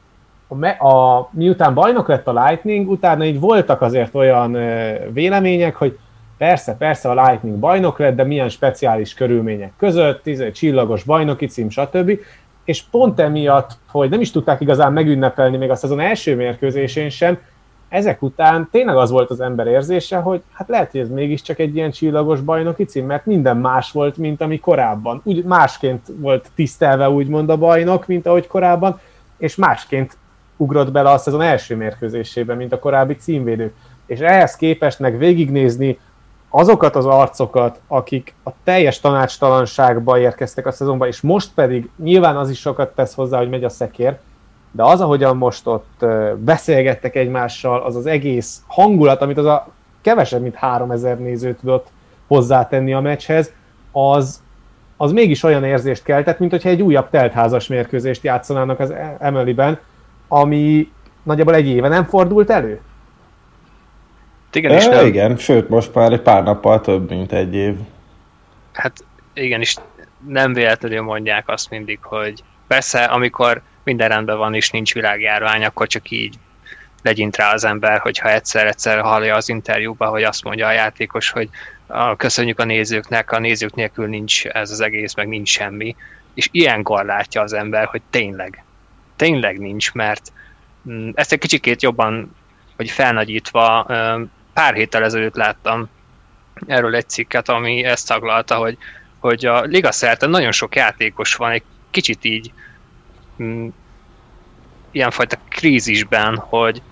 miután bajnok lett a Lightning, utána így voltak azért olyan vélemények, hogy persze a Lightning bajnok lett, de milyen speciális körülmények között, csillagos bajnoki cím, stb. És pont emiatt, hogy nem is tudták igazán megünnepelni még a szezon első mérkőzésén sem, ezek után tényleg az volt az ember érzése, hogy hát lehet, hogy ez mégiscsak egy ilyen csillagos bajnoki cím, mert minden más volt, mint ami korábban. Úgy másként volt tisztelve úgymond a bajnok, mint ahogy korábban, és másként ugrott bele a szezon első mérkőzésébe, mint a korábbi címvédők. És ehhez képest meg végignézni azokat az arcokat, akik a teljes tanácstalanságba érkeztek a szezonba, és most pedig nyilván az is sokat tesz hozzá, hogy megy a szekér, de az, ahogyan most ott beszélgettek egymással, az az egész hangulat, amit az a kevesebb, mint 3000 néző tudott hozzátenni a meccshez, az mégis olyan érzést keltett, mint hogyha egy újabb teltházas mérkőzést játszanának az Emily-ben, ami nagyjából egy éve nem fordult elő. Igen, sőt, most már egy pár nappal több, mint egy év. Hát igen, és nem véletlenül mondják azt mindig, hogy persze, amikor minden rendben van és nincs világjárvány, akkor csak így legyint rá az ember, hogyha egyszer hallja az interjúban, hogy azt mondja a játékos, hogy köszönjük a nézőknek, a nézők nélkül nincs ez az egész, meg nincs semmi. És ilyenkor látja az ember, hogy tényleg nincs, mert ezt egy kicsikét jobban, vagy felnagyítva, pár héttel ezelőtt láttam erről egy cikket, ami ezt taglalta, hogy a liga szerte nagyon sok játékos van egy kicsit így ilyenfajta krízisben, hogy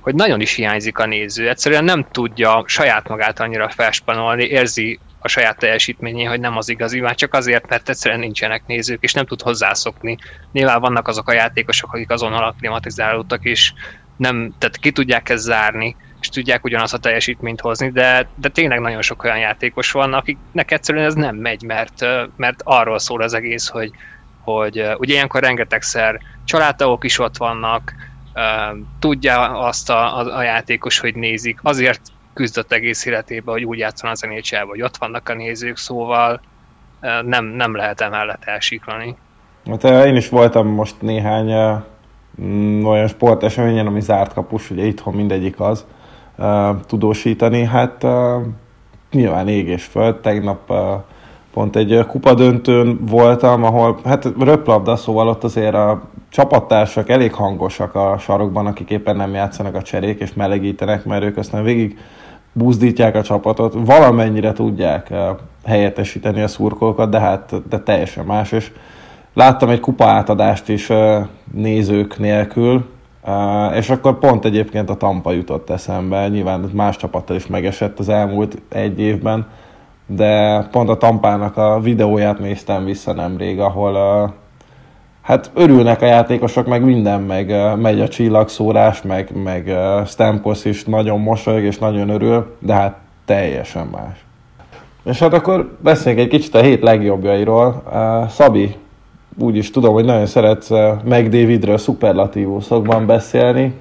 hogy nagyon is hiányzik a néző. Egyszerűen nem tudja saját magát annyira felspanolni, érzi a saját teljesítményén, hogy nem az igazi, már csak azért, mert egyszerűen nincsenek nézők, és nem tud hozzászokni. Nyilván vannak azok a játékosok, akik azonnal akklimatizálódtak, és tehát ki tudják ezt zárni, és tudják ugyanazt a teljesítményt hozni, de tényleg nagyon sok olyan játékos van, akiknek egyszerűen ez nem megy, mert arról szól az egész, hogy ugye ilyenkor rengetegszer családtagok is ott vannak, tudja azt a játékos, hogy nézik, azért küzdött egész életében, hogy úgy játszon az NHL-ben, hogy ott vannak a nézők, szóval nem lehet emellett elsiklani. Hát én is voltam most néhány olyan sporteseményen, ami zárt kapus, ugye itthon mindegyik az, tudósítani, hát nyilván ég és föld. Tegnap pont egy kupadöntőn voltam, ahol hát röplabda, szóval ott azért a csapattársak elég hangosak a sarokban, akik éppen nem játszanak a cserék és melegítenek, mert ők aztán végig buzdítják a csapatot, valamennyire tudják helyettesíteni a szurkolókat, de teljesen más, és láttam egy kupa átadást is nézők nélkül, és akkor pont egyébként a Tampa jutott eszembe, nyilván más csapattal is megesett az elmúlt egy évben, de pont a Tampának a videóját néztem vissza nemrég, ahol hát örülnek a játékosok, meg minden, meg megy a csillagszórás, meg Stamkos is nagyon mosolyog és nagyon örül, de hát teljesen más. És hát akkor beszéljünk egy kicsit a hét legjobbjairól. Szabi, úgyis tudom, hogy nagyon szeretsz McDavidről szuperlatívuszokban beszélni.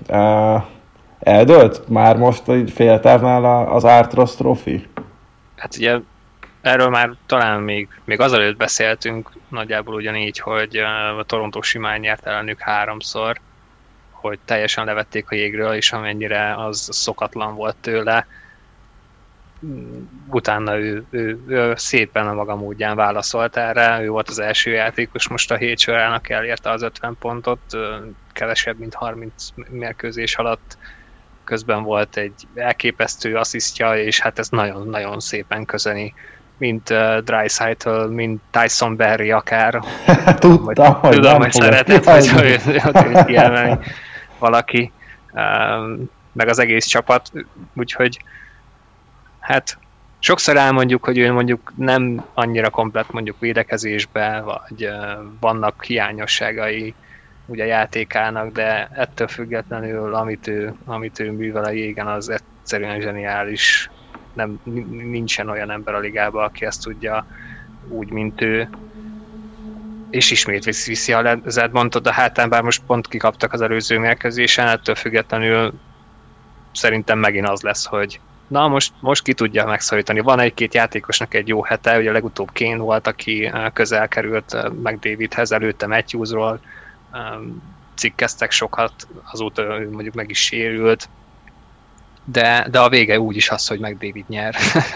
Eldőlt már most így féltávnál az Artros Trophy? Hát ugye erről már talán még azelőtt beszéltünk, nagyjából ugyanígy, hogy a Toronto simán nyert ellenük 3-szor, hogy teljesen levették a jégről, és amennyire az szokatlan volt tőle. Utána ő szépen a maga módján válaszolt erre, ő volt az első játékos most a hét során, aki elérte az 50 pontot, kevesebb, mint 30 mérkőzés alatt. Közben volt egy elképesztő asszisztja, és hát ez nagyon-nagyon szépen közeni, mint Draisaitl, mint Tyson Barrie akár. Tudom, hogy szeretett, hogy őt kiemelni valaki, meg az egész csapat, úgyhogy hát sokszor elmondjuk, hogy ő mondjuk nem annyira komplett mondjuk védekezésbe, vagy vannak hiányosságai ugye a játékának, de ettől függetlenül, amit ő művel a jégen, az egyszerűen zseniális. Nincsen olyan ember a ligában, aki ezt tudja úgy, mint ő. És ismét viszi a Edmontot a hátán, bár most pont kikaptak az előző mérkőzésen, ettől függetlenül szerintem megint az lesz, hogy na most ki tudja megszorítani. Van egy-két játékosnak egy jó hete, ugye legutóbb Kane volt, aki közel került McDavidhez, előtte Matthewsról, cikkeztek sokat, azóta ő mondjuk meg is sérült, de a vége úgyis az, hogy McDavid nyer.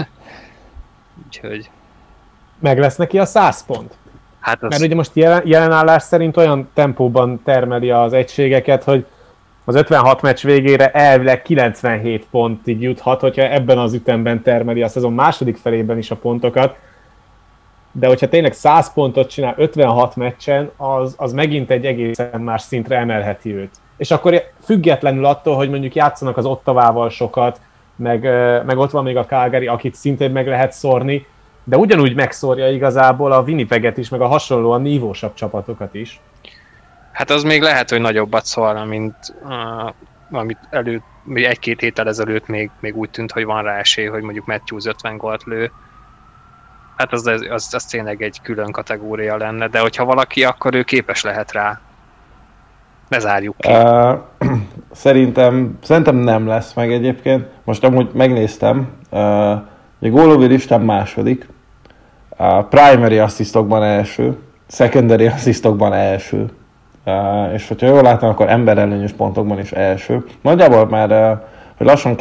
Úgyhogy... Meg lesz neki a 100 pont? Hát az... Mert ugye most jelenállás szerint olyan tempóban termeli az egységeket, hogy az 56 meccs végére elvileg 97 pontig juthat, hogyha ebben az ütemben termeli a szezon második felében is a pontokat. De hogyha tényleg 100 pontot csinál 56 meccsen, az megint egy egészen más szintre emelheti őt. És akkor függetlenül attól, hogy mondjuk játszanak az Ottavával sokat, meg ott van még a Calgary, akit szintén meg lehet szórni, de ugyanúgy megszórja igazából a Winnipeget is, meg a hasonlóan nívósabb csapatokat is. Hát az még lehet, hogy nagyobbat szólna, mint amit egy-két héttel ezelőtt még úgy tűnt, hogy van rá esély, hogy mondjuk Matthews 50 gólt lő. Hát az tényleg egy külön kategória lenne, de hogyha valaki, akkor ő képes lehet rá. Ne zárjuk ki. Szerintem nem lesz meg egyébként. Most amúgy megnéztem, a gólóvi listán második, a primary asszisztokban első, secondary asszisztokban első, és hogyha jól látom, akkor emberelőnyös pontokban is első. Nagyjából már hogy lassan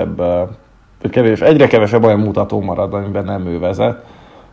egyre kevesebb olyan mutató marad, amiben nem ő vezet.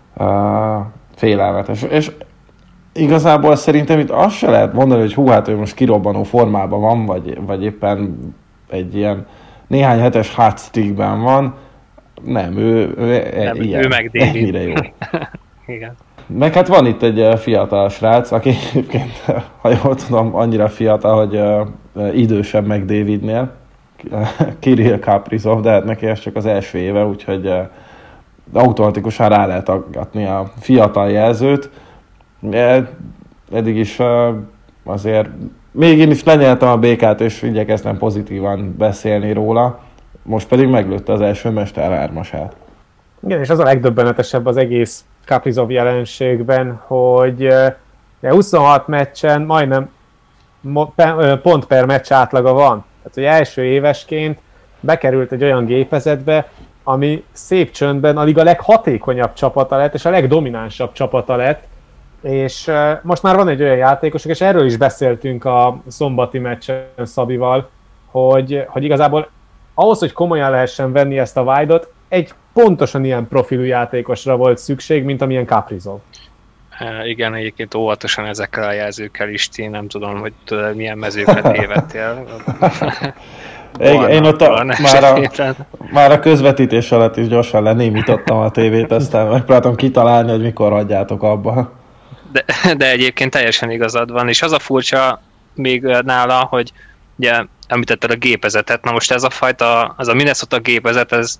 Félelmetes. És igazából szerintem itt azt se lehet mondani, hogy hát ő most kirobbanó formában van, vagy éppen egy ilyen néhány hetes hot streakben van. Nem, ő ilyen, ő meg David. ennyire jó. Igen. Meg hát van itt egy fiatal srác, aki egyébként, ha jól tudom, annyira fiatal, hogy idősebb meg Davidnél. Kirill Kaprizov, de hát neki ez csak az első éve, úgyhogy automatikusan rá lehet aggatni a fiatal jelzőt. Eddig is azért még én is lenyeltem a békát, és igyekeztem pozitívan beszélni róla, most pedig meglőtte az első Mester 3-asát. Igen, és az a legdöbbenetesebb az egész Kaprizov jelenségben, hogy 26 meccsen majdnem pont per meccs átlaga van. Tehát, hogy első évesként bekerült egy olyan gépezetbe, ami szép csöndben a liga leghatékonyabb csapata lett, és a legdominánsabb csapata lett, és most már van egy olyan játékosok, és erről is beszéltünk a szombati meccsen Szabival, hogy igazából ahhoz, hogy komolyan lehessen venni ezt a Wide-ot, egy pontosan ilyen profilú játékosra volt szükség, mint amilyen Kaprizov. Igen, egyébként óvatosan ezekkel a jelzőkkel is, én nem tudom, hogy milyen mezőket tévedtél. Én ott már a közvetítés alatt is gyorsan lenémítottam a tévét, aztán megpróbáltam kitalálni, hogy mikor hagyjátok abba. De egyébként teljesen igazad van, és az a furcsa még nála, hogy ugye említetted a gépezetet, na most ez a fajta, az a Minnesota gépezet, ez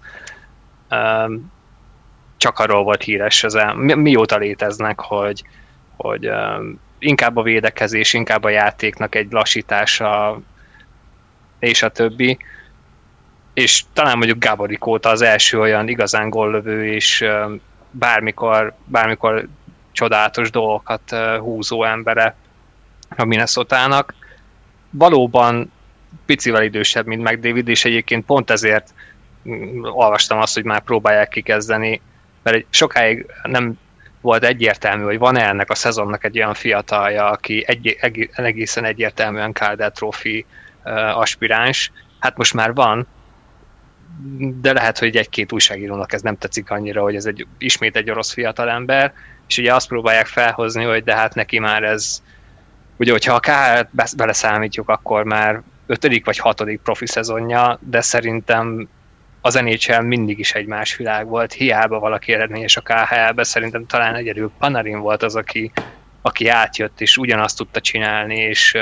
csak arról volt híres, mióta léteznek, hogy inkább a védekezés, inkább a játéknak egy lassítása, és a többi. És talán mondjuk Gaborik óta az első olyan igazán góllövő, és bármikor csodálatos dolgokat húzó embere a Minnesotának. Valóban picivel idősebb, mint McDavid, és egyébként pont ezért olvastam azt, hogy már próbálják kikezdeni, mert sokáig nem volt egyértelmű, hogy van-e ennek a szezonnak egy olyan fiatalja, aki egészen egyértelműen Calder Trophy aspiráns. Hát most már van, de lehet, hogy egy-két újságírónak ez nem tetszik annyira, hogy ez ismét egy orosz fiatalember, és ugye azt próbálják felhozni, hogy de hát neki már ez, ugye hogyha a KHL-t beleszámítjuk, akkor már 5. vagy 6. profi szezonja, de szerintem az NHL mindig is egy más világ volt, hiába valaki eredményes a KHL-be, szerintem talán egyedül Panarin volt az, aki átjött, és ugyanazt tudta csinálni, és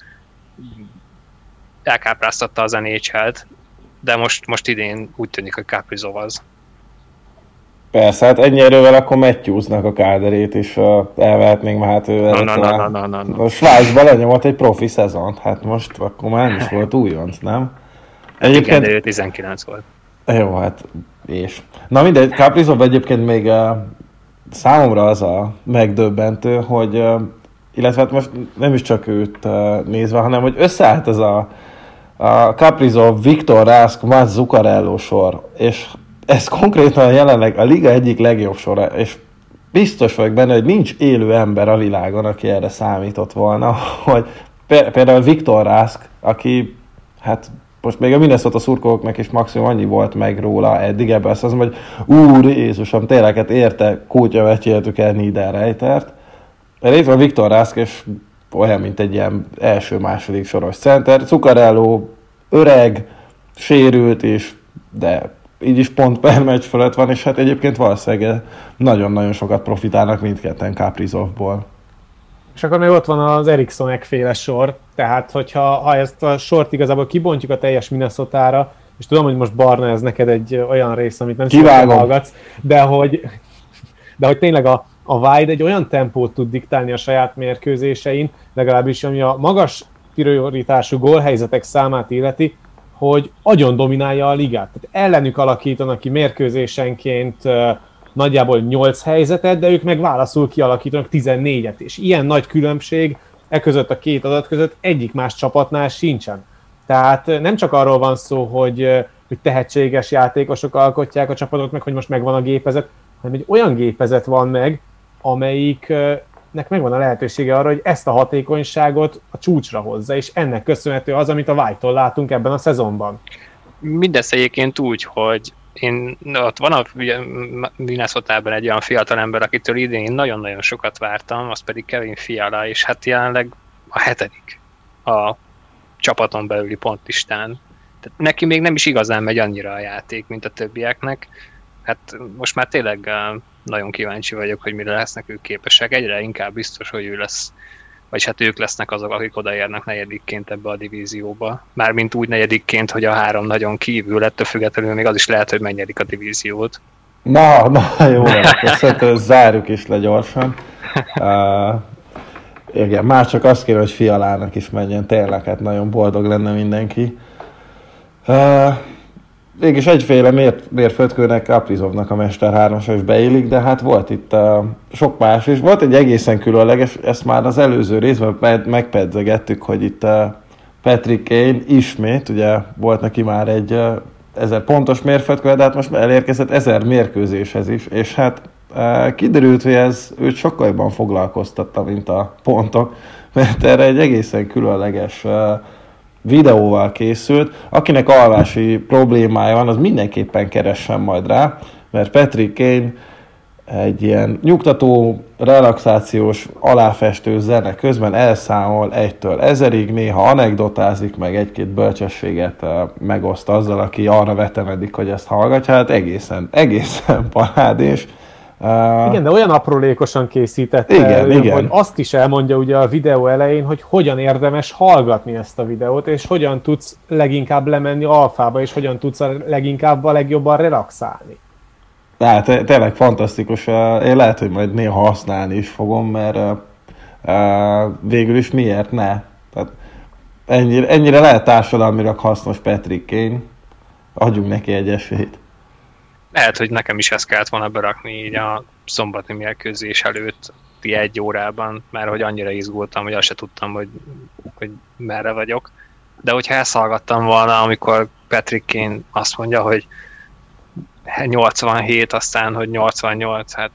elkápráztatta az NHL-t, de most idén úgy tűnik, hogy Kaprizov az. Persze, hát ennyi erővel akkor Matthewsnak a káderét is elvehetnénk már hát ő A Svájcban lenyomott egy profi szezont, hát most akkor már nem is volt újonc, nem? Egyébként ő 19 volt. Jó, hát és. Na mindegy, Kaprizov egyébként még számomra az a megdöbbentő, hogy illetve hát most nem is csak őt nézve, hanem hogy összeállt ez a Kaprizov, Viktor Rask, Mats Zuccarello sor, és ez konkrétan jelenleg a liga egyik legjobb sora, és biztos vagyok benne, hogy nincs élő ember a világon, aki erre számított volna, hogy például Viktor Rask, aki hát most még a Minnesota szurkolóknak is maximum annyi volt meg róla eddig ebben, azt mondom, hogy Úr Jézusom, tényleg hát érte kótyavetjéltük el Niederreitert. Itt van Viktor Rask, és olyan, mint egy ilyen első-második soros center. Zuccarello öreg, sérült is, de így is pont per meccs fölött van, és hát egyébként valószínűleg nagyon-nagyon sokat profitálnak mindketten Kaprizovból. És akkor még ott van az Eriksson-féle sor, tehát hogyha ezt a sort igazából kibontjuk a teljes Minnesotára, és tudom, hogy most Barna, ez neked egy olyan rész, amit nem szívesen hallgatsz, de hogy tényleg a Wild egy olyan tempót tud diktálni a saját mérkőzésein, legalábbis ami a magas prioritású gólhelyzetek számát illeti, hogy agyon dominálja a ligát. Tehát ellenük alakítanak ki mérkőzésenként nagyjából 8 helyzetet, de ők meg válaszul kialakítanak 14-et, és ilyen nagy különbség között a két adat között egyik más csapatnál sincsen. Tehát nem csak arról van szó, hogy tehetséges játékosok alkotják a csapatot, meg hogy most megvan a gépezet, hanem egy olyan gépezet van meg, amelyiknek megvan a lehetősége arra, hogy ezt a hatékonyságot a csúcsra hozza, és ennek köszönhető az, amit a White-tól látunk ebben a szezonban. Mindezt egyébként úgy, hogy ott van a Minnesotában egy olyan fiatal ember, akitől idén nagyon-nagyon sokat vártam, az pedig Kevin Fiala, és hát jelenleg a 7. a csapaton belüli pontlistán. Tehát neki még nem is igazán megy annyira a játék, mint a többieknek. Hát most már tényleg nagyon kíváncsi vagyok, hogy mire lesznek ők képesek. Egyre inkább biztos, hogy ő lesz vagyis hát ők lesznek azok, akik odaérnek negyedikként ebbe a divízióba. Mármint úgy negyedikként, hogy a 3 nagyon kívül, ettől függetlenül még az is lehet, hogy megnyerik a divíziót. Na, jó, akkor szerintem zárjuk is le gyorsan. Igen, már csak azt kéne, hogy Fialának is menjen, tényleg, hát nagyon boldog lenne mindenki. Mégis egyféle mérföldkőnek Kaprizovnak a Mester 3-asa is beillik, de hát volt itt sok más is. Volt egy egészen különleges, ezt már az előző részben megpedzegettük, hogy itt Patrick Kane ismét, ugye volt neki már egy 1000 pontos mérföldkő, de hát most elérkezett 1000 mérkőzéshez is, és hát kiderült, hogy ez őt sokkal jobban foglalkoztatta, mint a pontok, mert erre egy egészen különleges videóval készült. Akinek alvási problémája van, az mindenképpen keressen majd rá, mert Patrick Kane egy ilyen nyugtató, relaxációs, aláfestő zene közben elszámol 1-től 1000-ig, néha anekdotázik, meg egy-két bölcsességet megoszt azzal, aki arra vetemedik, hogy ezt hallgatja. Hát egészen parádés. Igen, de olyan aprólékosan készítette, igen. hogy azt is elmondja ugye a videó elején, hogy hogyan érdemes hallgatni ezt a videót, és hogyan tudsz leginkább lemenni alfába, és hogyan tudsz leginkább a legjobban relaxálni. Hát tényleg fantasztikus. Én lehet, hogy majd néha használni is fogom, mert végül is miért ne? Tehát ennyire lehet társadalmilag hasznos Patrick Kane. Adjunk neki egy esélyt. Lehet, hogy nekem is ezt kellett volna berakni így a szombati mérkőzés előtt 1 órában, mert hogy annyira izgultam, hogy azt se tudtam, hogy merre vagyok. De hogyha ezt hallgattam volna, amikor Patrick Kane azt mondja, hogy 87, aztán, hogy 88, hát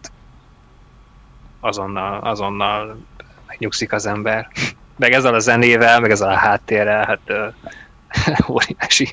azonnal megnyugszik az ember. Meg ezzel a zenével, meg ezzel a háttérrel, hát óriási.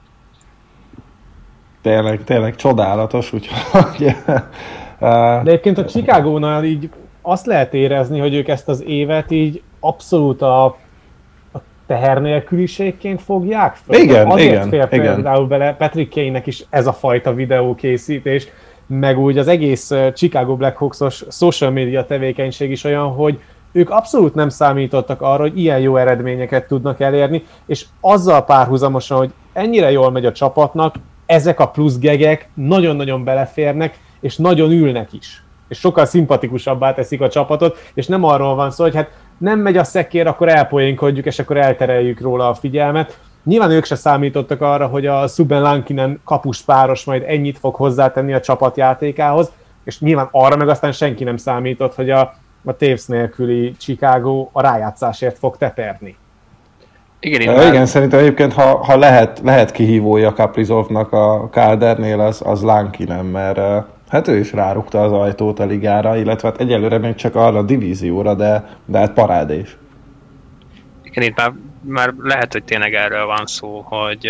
Tényleg csodálatos, úgyhogy... De egyébként a Chicagónál így azt lehet érezni, hogy ők ezt az évet így abszolút a tehernélküliségként fogják fel. Igen. Például bele Patrick Kane-nek is ez a fajta videókészítés, meg úgy az egész Chicago Blackhawks-os social media tevékenység is olyan, hogy ők abszolút nem számítottak arra, hogy ilyen jó eredményeket tudnak elérni, és azzal párhuzamosan, hogy ennyire jól megy a csapatnak, ezek a plusz gegek nagyon-nagyon beleférnek, és nagyon ülnek is. És sokkal szimpatikusabbá teszik a csapatot, és nem arról van szó, hogy hát nem megy a szekér, akkor elpoénkodjuk, és akkor eltereljük róla a figyelmet. Nyilván ők se számítottak arra, hogy a Subban Lankinen kapus páros majd ennyit fog hozzátenni a csapatjátékához, és nyilván arra meg aztán senki nem számított, hogy a Taves nélküli Chicago a rájátszásért fog teperni. Igen, szerintem egyébként, ha lehet kihívója Kaprizovnak a Caldernél, az Lankinen, mert hát ő is rárukta az ajtót a ligára, illetve hát egyelőre még csak arra a divízióra, de hát parádés. Igen, itt már lehet, hogy tényleg erről van szó, hogy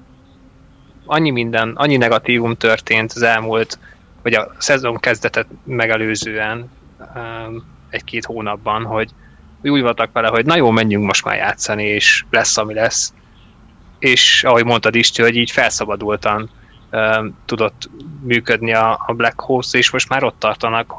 annyi negatívum történt az elmúlt, vagy a szezon kezdetet megelőzően 1-2 hónapban, hogy úgy voltak vele, hogy na jó, menjünk most már játszani, és lesz, ami lesz. És ahogy mondtad Isti, hogy így felszabadultan tudott működni a Black Hawks, és most már ott tartanak,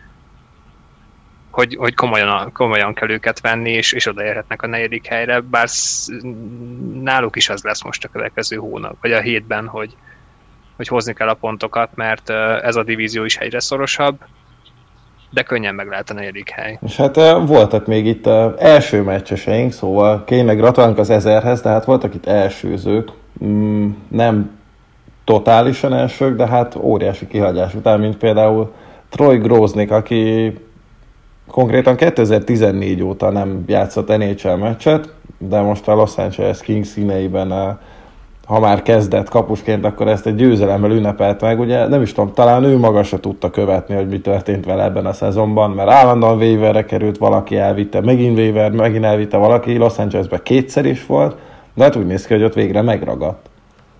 hogy komolyan kell őket venni, és odaérhetnek a 4. helyre, bár náluk is az lesz most a következő hónap, vagy a hétben, hogy hozni kell a pontokat, mert ez a divízió is egyre szorosabb, de könnyen meg lehet a 4. hely. És hát voltak még itt első meccseseink, szóval kényleg gratulálunk az 1000-hez, de hát voltak itt elsőzők, nem totálisan elsők, de hát óriási kihagyás után, mint például Troy Groznik, aki konkrétan 2014 óta nem játszott NHL meccset, de most a Los Angeles Kings színeiben, ha már kezdett kapusként, akkor ezt egy győzelemmel ünnepelt meg. Ugye nem is tudom, talán ő maga se tudta követni, hogy mi történt vele ebben a szezonban, mert állandóan waiverre került, valaki elvitte, megint waiver, megint elvitte valaki, Los Angelesben 2-szer is volt, de hát úgy néz ki, hogy ott végre megragadt.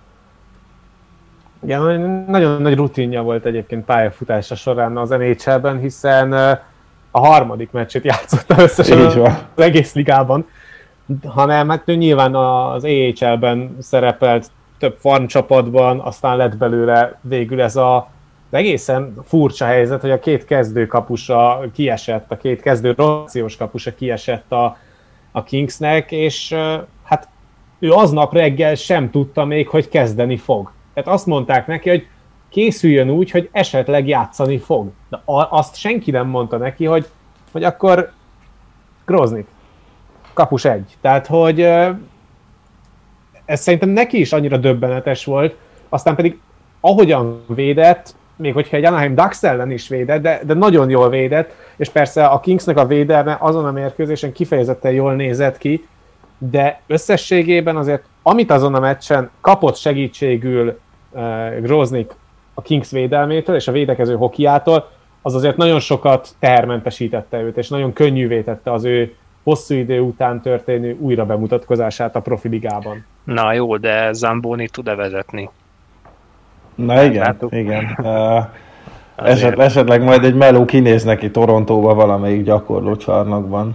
Igen, nagyon nagy rutinja volt egyébként pályafutása során az NHL-ben, hiszen a 3. meccsét játszotta összesen az egész ligában, hanem hát ő nyilván az AHL-ben szerepelt több farmcsapatban, aztán lett belőle végül ez a egészen furcsa helyzet, hogy a két kezdőkapusa kiesett, a két kezdő rotációs kapusa kiesett a Kingsnek, és hát ő aznap reggel sem tudta még, hogy kezdeni fog. Tehát azt mondták neki, hogy készüljön úgy, hogy esetleg játszani fog. De azt senki nem mondta neki, hogy akkor Groznik, kapus 1. Tehát, hogy ez szerintem neki is annyira döbbenetes volt, aztán pedig ahogyan védett, még hogyha egy Anaheim Ducks ellen is védett, de nagyon jól védett, és persze a Kingsnek a védelme azon a mérkőzésen kifejezetten jól nézett ki, de összességében azért, amit azon a meccsen kapott segítségül Groznik a Kings védelmétől és a védekező hokiától, az azért nagyon sokat tehermentesítette őt, és nagyon könnyűvé tette az ő hosszú idő után történő újra bemutatkozását a profiligában. Na jó, de Zamboni tud-e vezetni? Na igen. Esetleg majd egy meló kinéz neki Torontóba valamelyik gyakorlócsarnokban.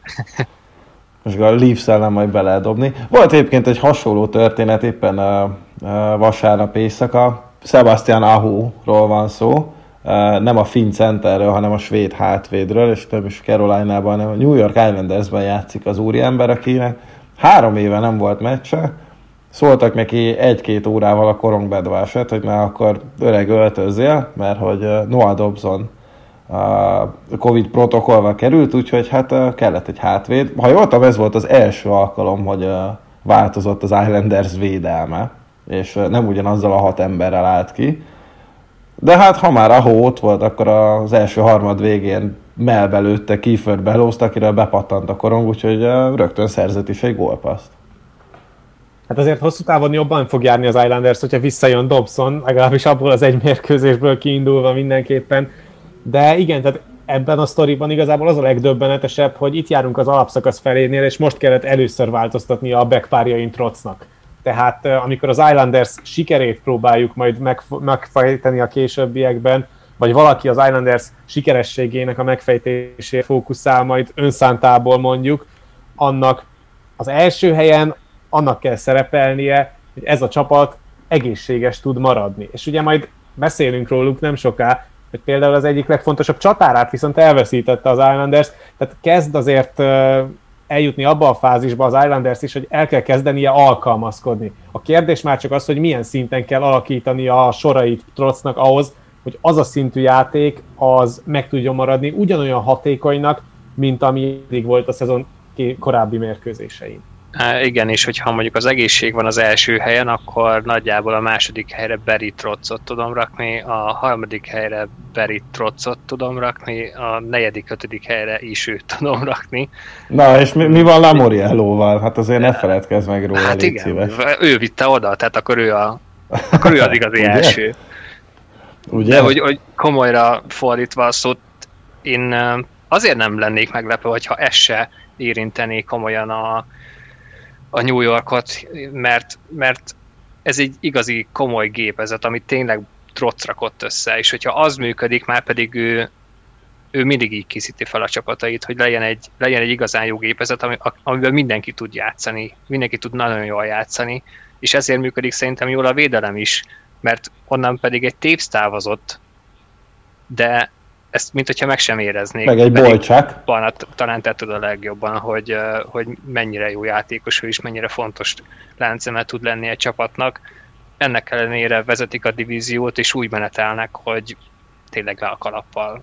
Most a Leafs-el nem majd be lehet dobni. Volt egyébként egy hasonló történet éppen vasárnap éjszaka. Sebastian Aho-ról van szó. Nem a finn centerről, hanem a svéd hátvédről, és nem is Caroline-ban, hanem a New York Islandersben játszik az úriember, akinek 3 éve nem volt meccse. Szóltak neki 1-2 órával a korongbedvását, hogy már akkor öreg öltözzél, mert hogy Noah Dobson Covid protokollval került, úgyhogy hát kellett egy hátvéd. Ha jól tudom, ez volt az első alkalom, hogy változott az Islanders védelme, és nem ugyanazzal a 6 emberrel állt ki. De hát ha már Aho ott volt, akkor az első harmad végén melbe lőtte Kiefer Bellows-t, akiről bepattant a korong, úgyhogy rögtön szerzett is egy gólpasszt. Hát azért hosszú távon jobban fog járni az Islanders, hogyha visszajön Dobson, legalábbis abból az egy mérkőzésből kiindulva mindenképpen. De igen, tehát ebben a sztoriban igazából az a legdöbbenetesebb, hogy itt járunk az alapszakasz felénél, és most kellett először változtatni a backpárjain Trotznak. Tehát amikor az Islanders sikerét próbáljuk majd megfejteni a későbbiekben, vagy valaki az Islanders sikerességének a megfejtésére fókuszál majd önszántából mondjuk, annak az első helyen annak kell szerepelnie, hogy ez a csapat egészséges tud maradni. És ugye majd beszélünk róluk nem soká, hogy például az egyik legfontosabb csatárát viszont elveszítette az Islanders, tehát kezd azért eljutni abba a fázisba az Islanders is, hogy el kell kezdenie alkalmazkodni. A kérdés már csak az, hogy milyen szinten kell alakítani a sorait Trotznak ahhoz, hogy az a szintű játék az meg tudjon maradni ugyanolyan hatékonynak, mint ami eddig volt a szezon korábbi mérkőzésein. Igen, és hogyha mondjuk az egészség van az első helyen, akkor nagyjából a második helyre Barry Trotzot tudom rakni, a harmadik helyre Barry Trotzot tudom rakni, a negyedik, ötödik helyre is őt tudom rakni. Na, és mi van Lamoriello-val? Hát azért ne feledkezz meg róla, hát légy igen, szíves. ő vitte oda, tehát akkor ő az igazi első. Ugye? De hogy komolyra fordítva a szót, én azért nem lennék meglepő, hogyha ez se érintené komolyan a New Yorkot, mert ez egy igazi komoly gépezet, amit tényleg Trotz rakott össze, és hogyha az működik, már pedig ő mindig így készíti fel a csapatait, hogy legyen egy igazán jó gépezet, amiben mindenki tud játszani, mindenki tud nagyon jól játszani, és ezért működik szerintem jól a védelem is, mert onnan pedig egy Taves távozott, de ezt mint hogyha meg sem éreznék. Meg egy Bolcsák. Talán te tudod a legjobban, hogy mennyire jó játékos ő is, mennyire fontos láncszeme tud lenni egy csapatnak. Ennek ellenére vezetik a divíziót, és úgy menetelnek, hogy tényleg le a kalappal.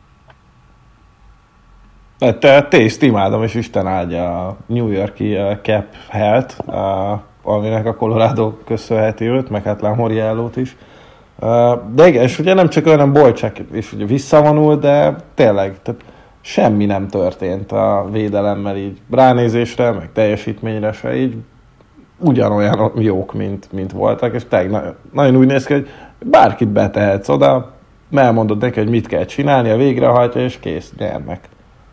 Taves-t imádom, és Isten áldja a New York-i Cap Health, aminek a Colorado köszönheti őt, meg hát Lamoriellót is. De igen, és ugye nem csak olyan Bolcsák is ugye visszavonult, de tényleg tehát semmi nem történt a védelemmel így ránézésre, meg teljesítményre se, így ugyanolyan jók, mint voltak, és tényleg nagyon úgy néz ki, hogy bárkit betehetsz oda, elmondod neki, hogy mit kell csinálni, a végrehajtja, és kész, nyernek.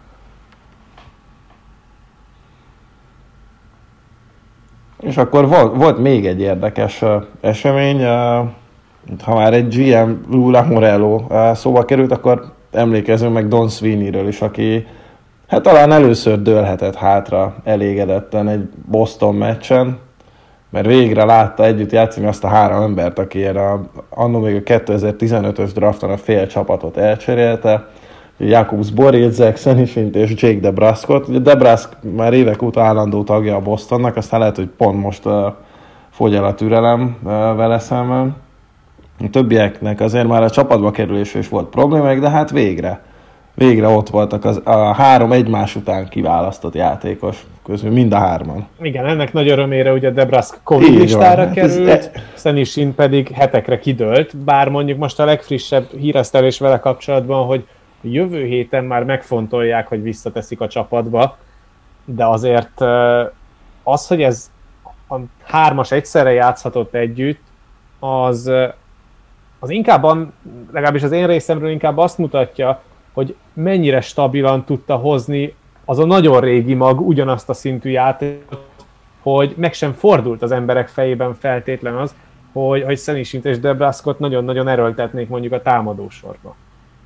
És akkor volt még egy érdekes esemény, ha már egy GM Lou Lamoriello szóba került, akkor emlékezünk meg Don Sweeneyről is, aki hát talán először dőlhetett hátra elégedetten egy Boston meccsen, mert végre látta együtt játszani azt a 3 embert, aki annó még a 2015-ös drafton a fél csapatot elcserélte. Jakub Zboril, Zach Senyshint és Jake DeBruskot. Ugye DeBrusk már évek óta állandó tagja a Bostonnak, aztán lehet, hogy pont most fogy el a türelem vele szemben. A többieknek azért már a csapatba kerülésre is volt problémák, de hát végre ott voltak a 3 egymás után kiválasztott játékos közül, mind a 3-an. Igen, ennek nagy örömére ugye DeBrusk Covid listára került, Senyshint pedig hetekre kidőlt, bár mondjuk most a legfrissebb híresztelés vele kapcsolatban, hogy jövő héten már megfontolják, hogy visszateszik a csapatba, de azért az, hogy ez a 3-as egyszerre játszhatott együtt, az inkább, legalábbis az én részemről inkább azt mutatja, hogy mennyire stabilan tudta hozni az a nagyon régi mag ugyanazt a szintű játékot, hogy meg sem fordult az emberek fejében feltétlen az, hogy Senyshint és DeBruskot nagyon-nagyon erőltetnék mondjuk a támadósorba.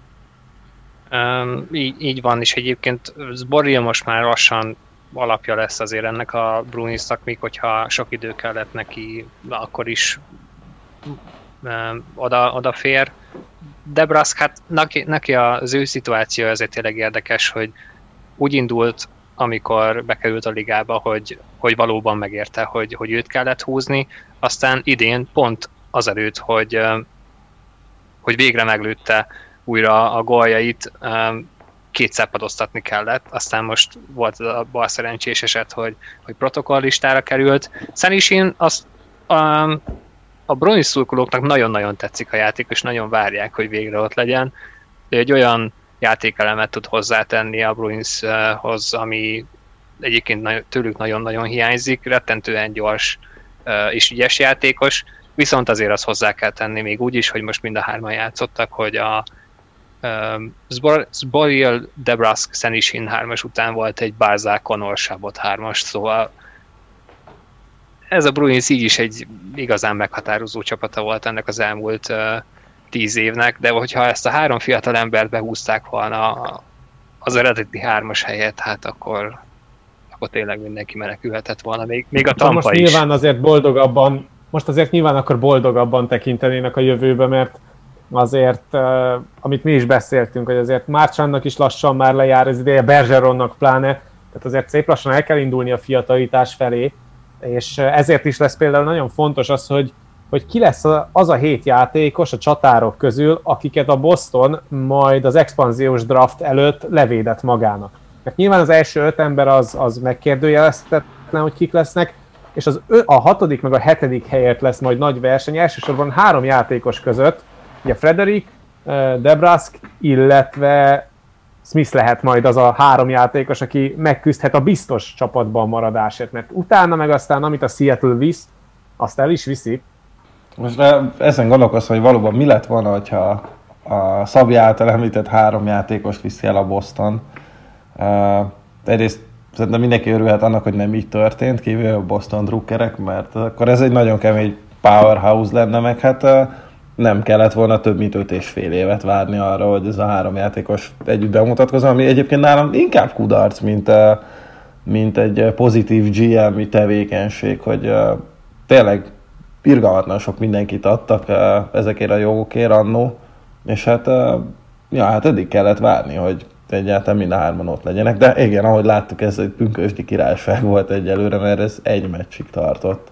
Így van, és egyébként Zboril most már lassan alapja lesz azért ennek a Bruinsnak, még hogyha sok idő kellett neki, akkor is odafér. DeBrusk, hát neki az ő szituáció ezért tényleg érdekes, hogy úgy indult, amikor bekerült a ligába, hogy valóban megérte, hogy őt kellett húzni, aztán idén pont azelőtt, hogy végre meglőtte újra a góljait, kétszer padoztatni kellett, aztán most volt a bal szerencsés eset, hogy protokollistára került. Senyshin a Bruins szurkolóknak nagyon-nagyon tetszik a játék, és nagyon várják, hogy végre ott legyen. De egy olyan játékelemet tud hozzátenni a Bruinshoz, ami egyébként tőlük nagyon-nagyon hiányzik, rettentően gyors és ügyes játékos, viszont azért azt hozzá kell tenni még úgy is, hogy most mind a 3-an játszottak, hogy a Zboril, DeBrusk, Senyshin 3-as után volt egy Barzal, Connor, Chabot 3-as, szóval ez a Bruins így is egy igazán meghatározó csapata volt ennek az elmúlt 10 évnek, de hogyha ezt a 3 fiatal embert behúzták volna az eredeti 3-as helyet, hát akkor tényleg mindenki menekülhetett volna, még a Tampa most is. Nyilván azért nyilván akkor boldogabban tekintenének a jövőbe, mert azért, amit mi is beszéltünk, hogy azért Marchandnak is lassan már lejár az ideje, Bergeronnak pláne, tehát azért szép lassan el kell indulni a fiatalítás felé, és ezért is lesz például nagyon fontos az, hogy ki lesz az a 7 játékos a csatárok közül, akiket a Boston majd az expanziós draft előtt levédett magának. Mert nyilván az első 5 ember az megkérdőjelezhetetlen, hogy kik lesznek, és a 6. meg a 7. helyért lesz majd nagy verseny, elsősorban 3 játékos között, ugye Frederic, DeBrusk, illetve Smith lehet majd az a 3 játékos, aki megküzdhet a biztos csapatban maradásért, mert utána meg aztán, amit a Seattle visz, azt el is viszi. Most ezen gondolkozom, hogy valóban mi lett volna, hogyha a Szabi által említett 3 játékost viszi el a Boston. Egyrészt szerintem mindenki örülhet annak, hogy nem így történt, kívül a Boston drukkerek, mert akkor ez egy nagyon kemény powerhouse lenne, meg hát nem kellett volna több mint 5,5 évet várni arra, hogy ez a 3 játékos együtt bemutatkozom, ami egyébként nálam inkább kudarc, mint egy pozitív GM-i tevékenység, hogy tényleg irgalmatlan sok mindenkit adtak ezekért a jogokért annó, és hát eddig kellett várni, hogy egyáltalán mind a 3-an ott legyenek, de igen, ahogy láttuk, ez egy pünkösdi királyság volt egyelőre, mert ez egy meccsig tartott.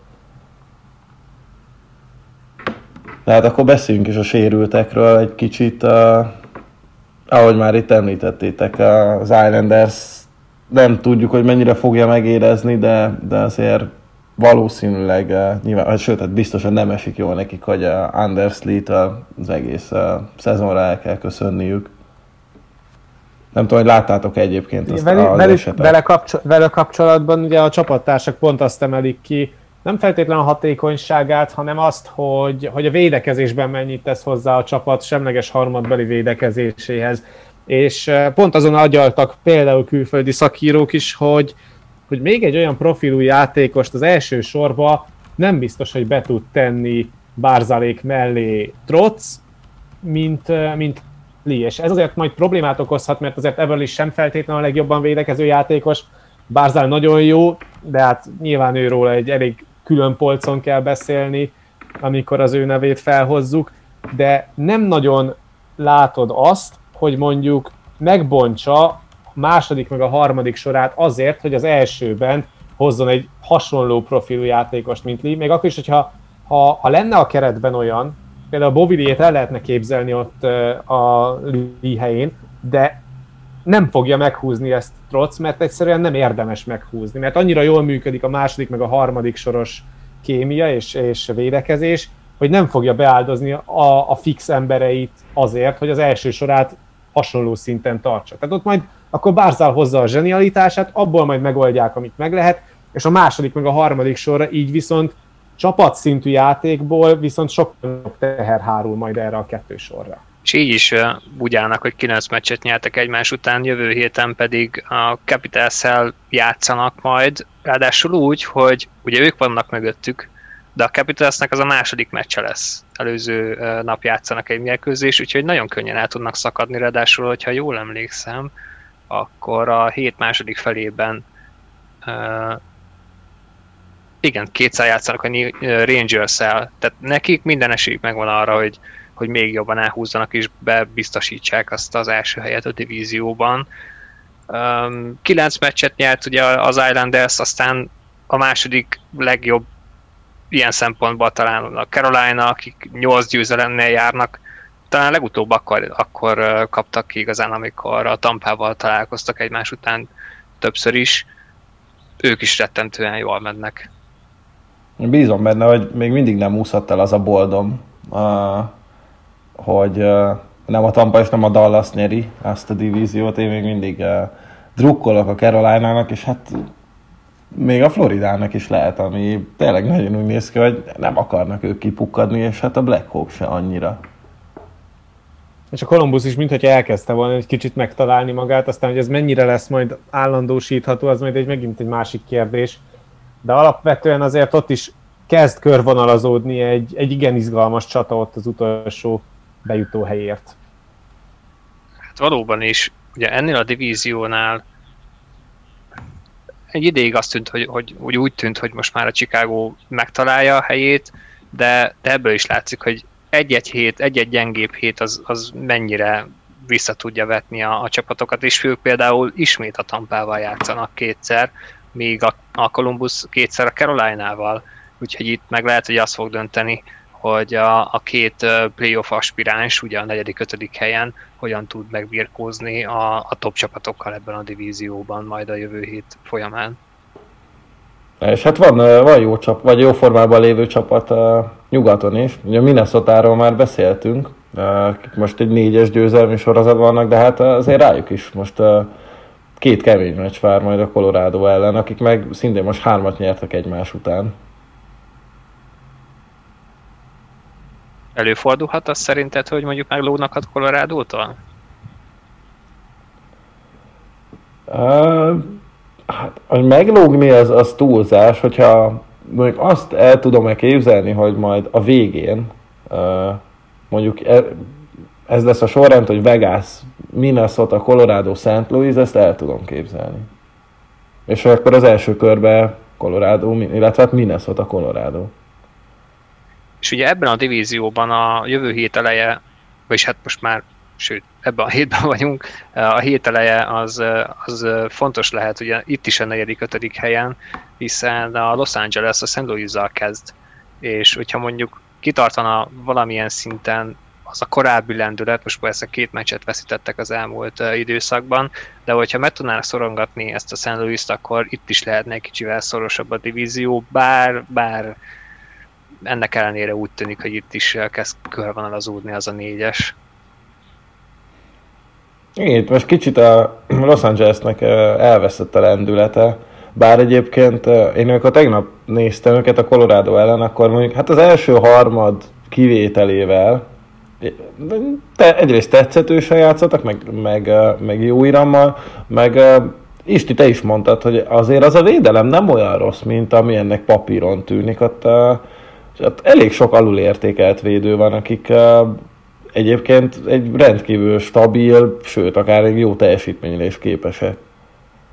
Tehát akkor beszéljünk is a sérültekről egy kicsit, ahogy már itt említettétek, az Islanders nem tudjuk, hogy mennyire fogja megérezni, de azért valószínűleg, nyilván, sőt, hát biztosan nem esik jól nekik, hogy Anders Lee-től az egész szezonra el kell köszönniük. Nem tudom, hogy láttátok egyébként azt az esetet. Vele kapcsolatban ugye a csapattársak pont azt emelik ki, nem feltétlenül a hatékonyságát, hanem azt, hogy a védekezésben mennyit tesz hozzá a csapat semleges harmadbeli védekezéséhez. És pont azon agyaltak például külföldi szakírók is, hogy még egy olyan profilú játékost az első sorba nem biztos, hogy be tud tenni Barzalék mellé Trotz, mint Lee. És ez azért majd problémát okozhat, mert azért Everly sem feltétlenül a legjobban védekező játékos. Barzal nagyon jó, de hát nyilván őróla egy elég külön polcon kell beszélni, amikor az ő nevét felhozzuk, de nem nagyon látod azt, hogy mondjuk megbontsa a második meg a harmadik sorát azért, hogy az elsőben hozzon egy hasonló profilú játékost, mint Lee, még akkor is, hogyha ha lenne a keretben olyan, például a Bovilliét el lehetne képzelni ott a Lee helyén, de nem fogja meghúzni ezt Trotz, mert egyszerűen nem érdemes meghúzni, mert annyira jól működik a második meg a harmadik soros kémia és védekezés, hogy nem fogja beáldozni a fix embereit azért, hogy az első sorát hasonló szinten tartsa. Tehát ott majd akkor Barzal hozza a zsenialitását, abból majd megoldják, amit meg lehet, és a második meg a harmadik sorra így viszont csapatszintű játékból viszont sokkal teher hárul majd erre a kettő sorra. És így is úgy állnak, hogy 9 meccset nyertek egymás után, jövő héten pedig a Capitals-szel játszanak majd, ráadásul úgy, hogy ugye ők vannak mögöttük, de a Capitalsnek az a második meccse lesz. Előző nap játszanak egy mérkőzés, úgyhogy nagyon könnyen el tudnak szakadni, ráadásul, hogyha jól emlékszem, akkor a hét második felében igen, kétszer játszanak a Rangers-szel, tehát nekik minden esélyük megvan arra, hogy még jobban elhúzzanak és bebiztosítsák azt az első helyet a divízióban. 9 meccset nyert ugye az Islanders, aztán a második legjobb ilyen szempontból talán a Carolina, akik 8 győzelemmel járnak, talán legutóbb akkor kaptak ki igazán, amikor a Tampával találkoztak egymás után többször is. Ők is rettentően jól mennek. Bízom benne, hogy még mindig nem úszott el az a boldom, hogy nem a Tampa és nem a Dallas nyeri ezt a divíziót. Én még mindig drukkolok a Carolinának, és hát még a Floridának is lehet, ami tényleg nagyon úgy néz ki, hogy nem akarnak ők kipukkadni, és hát a Blackhawk se annyira. És a Columbus is mintha elkezdte volna egy kicsit megtalálni magát, aztán hogy ez mennyire lesz majd állandósítható, az majd megint egy másik kérdés. De alapvetően azért ott is kezd körvonalazódni egy igen izgalmas csata ott az utolsó bejutó helyért. Hát valóban is, ugye ennél a divíziónál egy ideig azt tűnt, hogy úgy tűnt, hogy most már a Chicago megtalálja a helyét, de ebből is látszik, hogy egy-egy gyengébb hét az mennyire vissza tudja vetni a csapatokat, és ők például ismét a Tampával játszanak kétszer, míg a Columbus kétszer a Carolinával, úgyhogy itt meg lehet, hogy azt fog dönteni, hogy a két playoff aspiráns, ugye a 4.-5. helyen hogyan tud megbirkózni a top csapatokkal ebben a divízióban majd a jövő hét folyamán. És hát van jó csapat, vagy jó formában lévő csapat nyugaton is. Ugye Minnesotáról már beszéltünk, akik most egy 4-es győzelmi sorozat vannak, de hát azért rájuk is most 2 kemény meccs vár majd a Colorado ellen, akik meg szintén most 3-at nyertek egymás után. Előfordulhat az szerinted, hogy mondjuk meglógnak Colorado-tól? Hát, hogy meglógni az túlzás, hogyha mondjuk azt el tudom képzelni, hogy majd a végén mondjuk ez lesz a sorrend, hogy Vegas, Minnesota, Colorado, St. Louis, ezt el tudom képzelni. És akkor az első körben Colorado, illetve hát Minnesota, Colorado. És ugye ebben a divízióban a jövő hét eleje, vagyis hát most már, sőt, ebben a hétben vagyunk, a hét eleje az fontos lehet, ugye itt is a 4.-5. helyen, hiszen a Los Angeles a St. Louis-zal kezd, és hogyha mondjuk kitartana valamilyen szinten az a korábbi lendület, most persze 2 meccset veszítettek az elmúlt időszakban, de hogyha meg tudnának szorongatni ezt a St. Louis-t, akkor itt is lehetne egy kicsivel szorosabb a divízió, bár ennek ellenére úgy tűnik, hogy itt is kezd körvonalazódni az a 4-es. Igen, most kicsit a Los Angelesnek elveszett a lendülete, bár egyébként én amikor tegnap néztem őket a Colorado ellen, akkor mondjuk hát az első harmad kivételével egyrészt tetszetősen játszottak, meg jó irammal, meg Isti, te is mondtad, hogy azért az a védelem nem olyan rossz, mint ami ennek papíron tűnik. Ott elég sok alulértékelt védő van, akik egyébként egy rendkívül stabil, sőt, akár egy jó teljesítményre is képesek.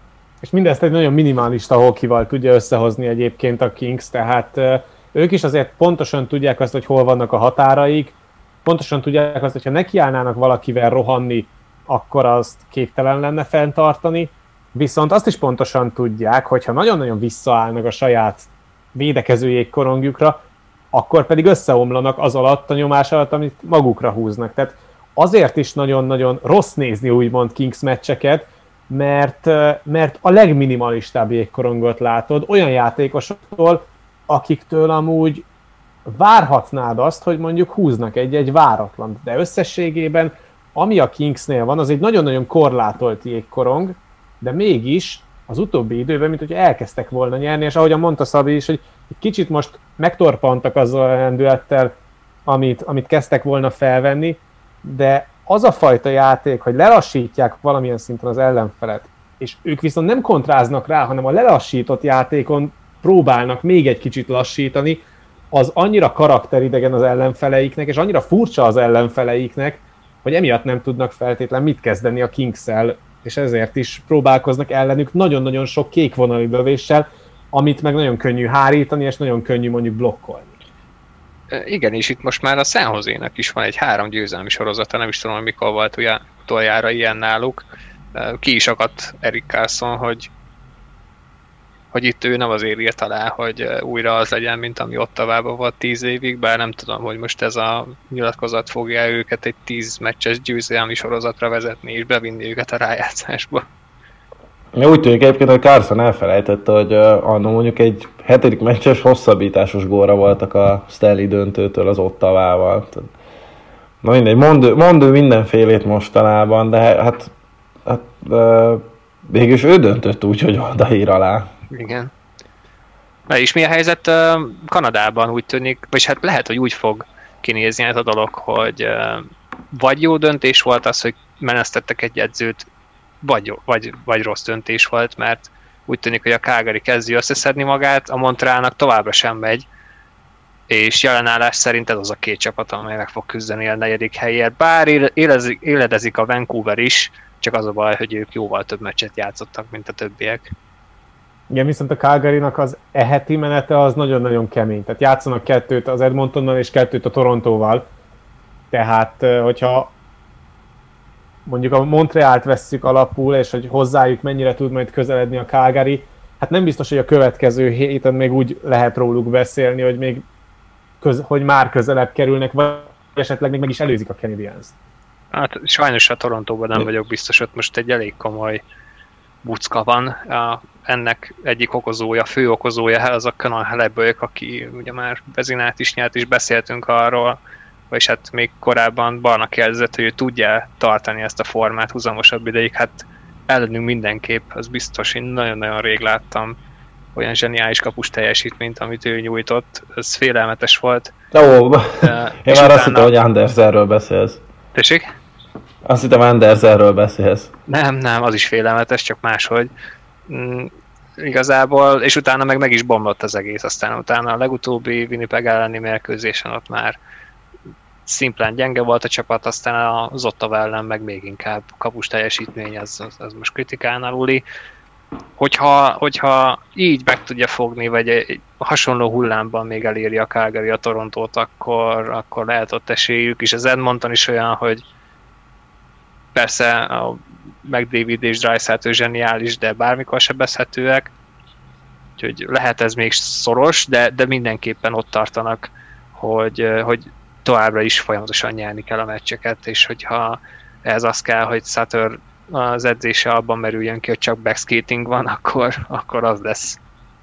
és mindezt egy nagyon minimalista hokival tudja összehozni egyébként a Kings, tehát ők is azért pontosan tudják azt, hogy hol vannak a határaik, pontosan tudják azt, hogyha nekiállnának valakivel rohanni, akkor azt képtelen lenne fenntartani, viszont azt is pontosan tudják, hogyha nagyon-nagyon visszaállnak a saját védekező jégkorongjukra, akkor pedig összeomlanak az alatt a nyomás alatt, amit magukra húznak. Tehát azért is nagyon-nagyon rossz nézni úgymond Kings meccseket, mert a legminimalistább jégkorongot látod olyan játékosoktól, akiktől amúgy várhatnád azt, hogy mondjuk húznak egy váratlan. De összességében, ami a Kingsnél van, az egy nagyon-nagyon korlátolt jégkorong, de mégis az utóbbi időben, mint hogy elkezdtek volna nyerni, és ahogyan mondta Szabi is, hogy egy kicsit most megtorpantak azzal a lendülettel, amit kezdtek volna felvenni, de az a fajta játék, hogy lelassítják valamilyen szinten az ellenfelet, és ők viszont nem kontráznak rá, hanem a lelassított játékon próbálnak még egy kicsit lassítani, az annyira karakteridegen az ellenfeleiknek, és annyira furcsa az ellenfeleiknek, hogy emiatt nem tudnak feltétlen mit kezdeni a Kings-szel, és ezért is próbálkoznak ellenük nagyon-nagyon sok kékvonali lövéssel, amit meg nagyon könnyű hárítani, és nagyon könnyű mondjuk blokkolni. Igen, és itt most már a San Jose-nek is van egy 3 győzelmi sorozata, nem is tudom, hogy mikor volt utoljára ilyen náluk. Ki is akadt Erik Karlsson, hogy itt ő nem azért írt alá, hogy újra az legyen, mint ami Ottawában volt 10 évig, bár nem tudom, hogy most ez a nyilatkozat fogja őket egy 10 meccses győzelmi sorozatra vezetni, és bevinni őket a rájátszásba. Ja, úgy tűnik egyébként, hogy Carson elfelejtette, hogy annól mondjuk egy 7. meccses hosszabbításos gólra voltak a Stanley döntőtől az Ottawával. Na mindegy, mond ő mindenfélét mostanában, de hát végülis ő döntött úgy, hogy odaír alá. Igen. Na és mi a helyzet Kanadában úgy tűnik, vagy hát lehet, hogy úgy fog kinézni ez a dolog, hogy vagy jó döntés volt az, hogy menesztettek egy edzőt, vagy rossz döntés volt, mert úgy tűnik, hogy a Calgary kezdi összeszedni magát, a Montrealnak továbbra sem megy, és jelenállás szerint ez az a 2 csapat, amely meg fog küzdeni a 4. helyért. Bár éledezik a Vancouver is, csak az a baj, hogy ők jóval több meccset játszottak, mint a többiek. Igen, viszont a Calgarynak az heti menete az nagyon-nagyon kemény. Tehát játszanak 2-t az Edmontonnal és 2-t a Torontóval. Tehát, hogyha mondjuk a Montrealt vesszük alapul, és hogy hozzájuk mennyire tud majd közeledni a Calgary, hát nem biztos, hogy a következő héten még úgy lehet róluk beszélni, hogy még hogy már közelebb kerülnek, vagy esetleg még meg is előzik a Canadiens-t. Hát sajnos a Torontóban nem vagyok biztos, ott most egy elég komoly bucka van. Ennek egyik okozója, fő okozója az a Conor Hellebuck, aki ugye már Vezinát is nyert, és beszéltünk arról, és hát még korábban Barna kérdezett, hogy ő tudja tartani ezt a formát húzamosabb ideig, hát ellenünk mindenképp, az biztos, én nagyon-nagyon rég láttam olyan zseniális kapus teljesítményt, amit ő nyújtott, ez félelmetes volt. Ó, én már azt hittem, hogy Andersenről beszélsz. Tessék? Azt hittem, Andersenről beszélsz. Nem, az is félelmetes, csak máshogy. Igazából, és utána meg is bomlott az egész, aztán utána a legutóbbi Winnipeg elleni mérkőzésen ott már szimplán gyenge volt a csapat, aztán az Ottawa ellen meg még inkább kapus teljesítmény, az most kritikán aluli. Hogyha így meg tudja fogni, vagy egy hasonló hullámban még eléri a Calgary a Torontót, akkor lehet ott esélyük, és az Edmonton is olyan, hogy persze a McDavid és Draisaitl zseniális, de bármikor sebezhetőek, úgyhogy lehet ez még szoros, de mindenképpen ott tartanak, hogy továbbra is folyamatosan nyerni kell a meccseket, és hogyha ez az kell, hogy Sutter az edzése abban merüljön ki, hogy csak backskating van, akkor az lesz.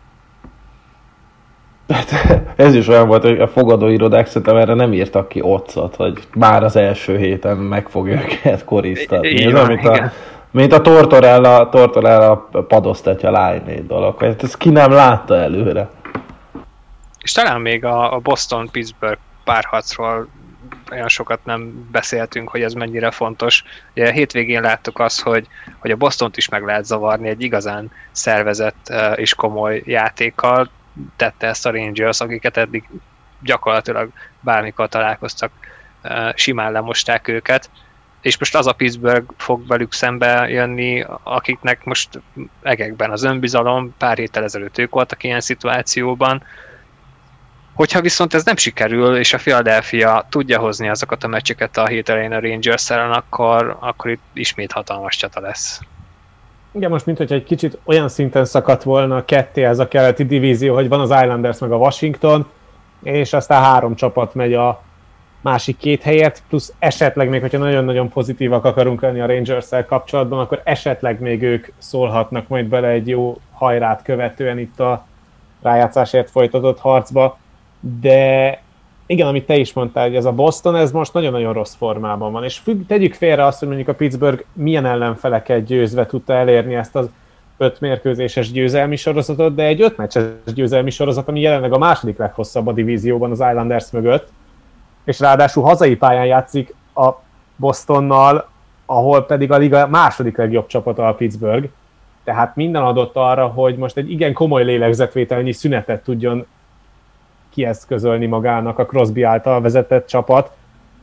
Ez is olyan volt, hogy a fogadóirodák szerintem erre nem írtak ki otcot, hogy már az első héten meg fogja őket korisztatni. Ez olyan, mint a Tortorella padoztatja Line dolog, hogy ezt ki nem látta előre. És talán még a Boston-Pittsburgh párharcról olyan sokat nem beszéltünk, hogy ez mennyire fontos. Ugye a hétvégén láttuk azt, hogy a Bostont is meg lehet zavarni egy igazán szervezett és komoly játékkal. Tette ezt a Rangers, akiket eddig gyakorlatilag bármikor találkoztak, simán lemosták őket. és most az a Pittsburgh fog velük szembe jönni, akiknek most egekben az önbizalom, pár héttel ezelőtt ők voltak ilyen szituációban. Hogyha viszont ez nem sikerül, és a Philadelphia tudja hozni azokat a meccseket a hét elején a Rangers ellen, akkor itt ismét hatalmas csata lesz. Igen, most mintha egy kicsit olyan szinten szakadt volna ketté ez a keleti divízió, hogy van az Islanders meg a Washington, és aztán 3 csapat megy a másik 2 helyet, plusz esetleg még, hogyha nagyon-nagyon pozitívak akarunk lenni a Rangers-szel kapcsolatban, akkor esetleg még ők szólhatnak majd bele egy jó hajrát követően itt a rájátszásért folytatott harcba. De igen, amit te is mondtál, hogy ez a Boston, ez most nagyon-nagyon rossz formában van, és tegyük félre azt, hogy mondjuk a Pittsburgh milyen ellenfeleket győzve tudta elérni ezt az 5 mérkőzéses győzelmi sorozatot, de egy 5 meccses győzelmi sorozat, ami jelenleg a második leghosszabb a divízióban az Islanders mögött, és ráadásul hazai pályán játszik a Bostonnal, ahol pedig a liga második legjobb csapata a Pittsburgh, tehát minden adott arra, hogy most egy igen komoly lélegzetvételnyi szünetet tudjon kieszközölni magának a Crosby által vezetett csapat,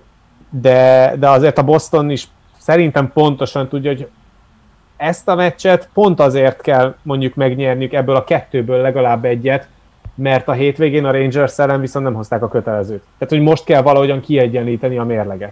de azért a Boston is szerintem pontosan tudja, hogy ezt a meccset pont azért kell mondjuk megnyerniük ebből a 2-ből legalább egyet, mert a hétvégén a Rangers ellen viszont nem hozták a kötelezőt. Tehát, hogy most kell valahogyan kiegyenlíteni a mérleget.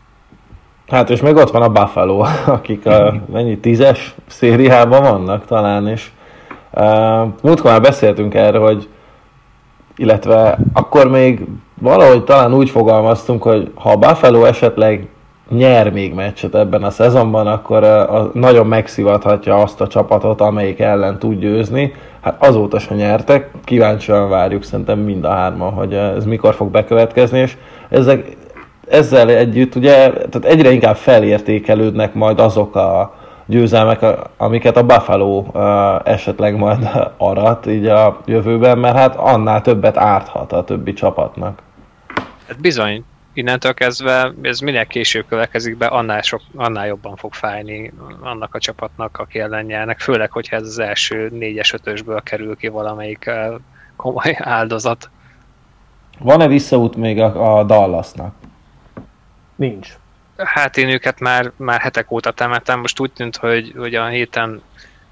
Hát és meg ott van a Buffalo, akik a 10-es szériában vannak talán, és múltkor már beszéltünk erről, hogy illetve akkor még valahogy talán úgy fogalmaztunk, hogy ha a Buffalo esetleg nyer még meccset ebben a szezonban, akkor nagyon megszivathatja azt a csapatot, amelyik ellen tud győzni. Hát azóta sem nyertek, kíváncsian várjuk szerintem mind a 3-an, hogy ez mikor fog bekövetkezni, és ezzel együtt ugye tehát egyre inkább felértékelődnek majd azok a győzelmek, amiket a Buffalo esetleg majd arat így a jövőben, mert hát annál többet árthat a többi csapatnak. Hát bizony, innentől kezdve ez minél később következik be, annál jobban fog fájni annak a csapatnak, aki ellen nyernek, főleg, hogyha ez az első 4-es 5-ösből kerül ki valamelyik komoly áldozat. Van-e visszaút még a Dallasnak? Nincs. Hát én őket már hetek óta temetem, most úgy tűnt, hogy a héten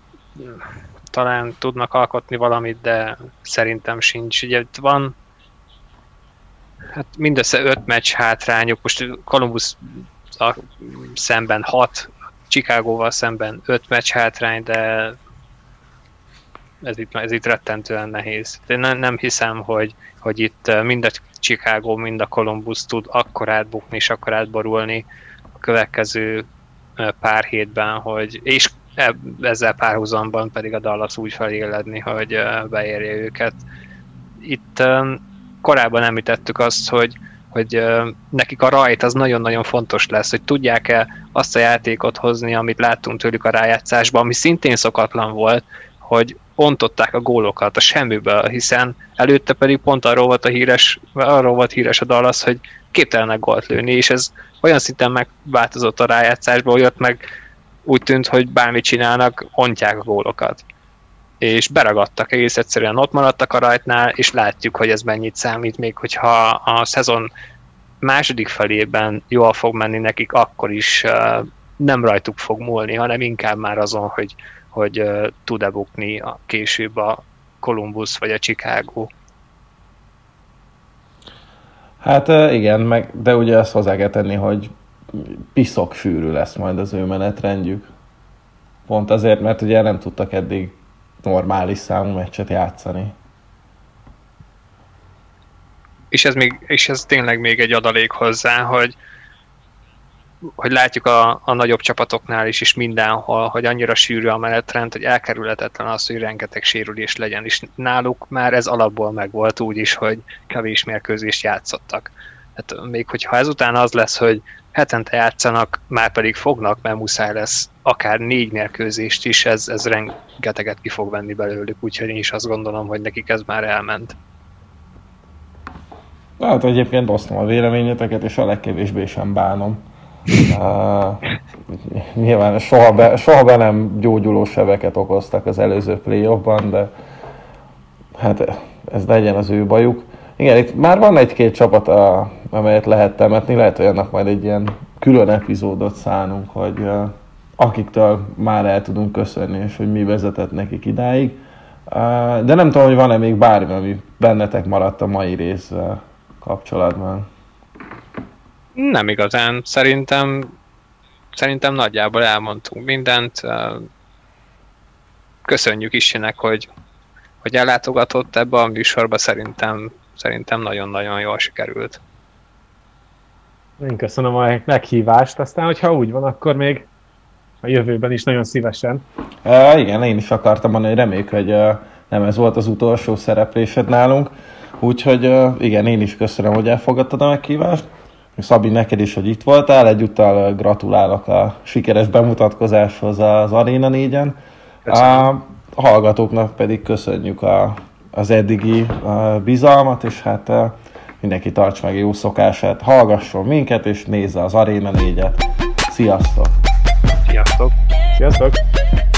talán tudnak alkotni valamit, de szerintem sincs. Ugye itt van hát mindössze 5 meccs hátrányuk, most Columbus szemben 6, Chicagóval szemben 5 meccs hátrány, de ez itt rettentően nehéz. Én nem hiszem, hogy itt mind a Chicago, mind a Columbus tud akkorát bukni és akkorát borulni a következő pár hétben, és ezzel párhuzamban pedig a Dallas úgy feléledni, hogy beérje őket. Itt korábban említettük azt, hogy nekik a rajt az nagyon-nagyon fontos lesz, hogy tudják-e azt a játékot hozni, amit láttunk tőlük a rájátszásban, ami szintén szokatlan volt, hogy ontották a gólokat a semmiből, hiszen előtte pedig pont arról volt híres a Dallas, hogy képtelenek gólt lőni, és ez olyan szinten megváltozott a rájátszásból, hogy ott meg úgy tűnt, hogy bármit csinálnak, ontják a gólokat. És beragadtak, egész egyszerűen ott maradtak a rajtnál, és látjuk, hogy ez mennyit számít, még hogyha a szezon második felében jól fog menni nekik, akkor is nem rajtuk fog múlni, hanem inkább már azon, hogy tud-e bukni később a Columbus vagy a Chicago. Hát igen, de ugye azt hozzá kell tenni, hogy piszok sűrű lesz majd az ő menetrendjük. Pont azért, mert ugye nem tudtak eddig normális számú meccset játszani. És ez tényleg még egy adalék hozzá, hogy látjuk a nagyobb csapatoknál is, és mindenhol, hogy annyira sűrű a menetrend, hogy elkerülhetetlen az, hogy rengeteg sérülés legyen, és náluk már ez alapból megvolt úgy is, hogy kevés mérkőzést játszottak. Hát még hogyha ezután az lesz, hogy hetente játszanak, már pedig fognak, mert muszáj lesz akár 4 mérkőzést is, ez rengeteget ki fog venni belőlük, úgyhogy én is azt gondolom, hogy nekik ez már elment. Hát egyébként osztom a véleményeteket, és a legkevésbé sem bánom. Nyilván soha be nem gyógyuló sebeket okoztak az előző playoffban, de hát ez legyen az ő bajuk. Igen, itt már van 1-2 csapat, amelyet lehet temetni, lehet, hogy annak majd egy ilyen külön epizódot szánunk, hogy akiktől már el tudunk köszönni, és hogy mi vezetett nekik idáig. De nem tudom, hogy van-e még bármi, ami bennetek maradt a mai részvel kapcsolatban. Nem igazán. Szerintem nagyjából elmondtunk mindent. Köszönjük Istennek, hogy ellátogatott ebbe a műsorba. Szerintem nagyon-nagyon jól sikerült. Én köszönöm a meghívást, aztán hogyha úgy van, akkor még a jövőben is nagyon szívesen. Igen, én is akartam mondani, hogy reméljük, hogy nem ez volt az utolsó szereplésed nálunk. Úgyhogy igen, én is köszönöm, hogy elfogadtad a meghívást. Szabi, neked is, hogy itt voltál. Egyúttal gratulálok a sikeres bemutatkozáshoz az Arena 4-en. A hallgatóknak pedig köszönjük az eddigi bizalmat, és hát mindenki tarts meg jó szokását, hallgasson minket, és nézze az Arena 4-et. Sziasztok! Sziasztok! Sziasztok!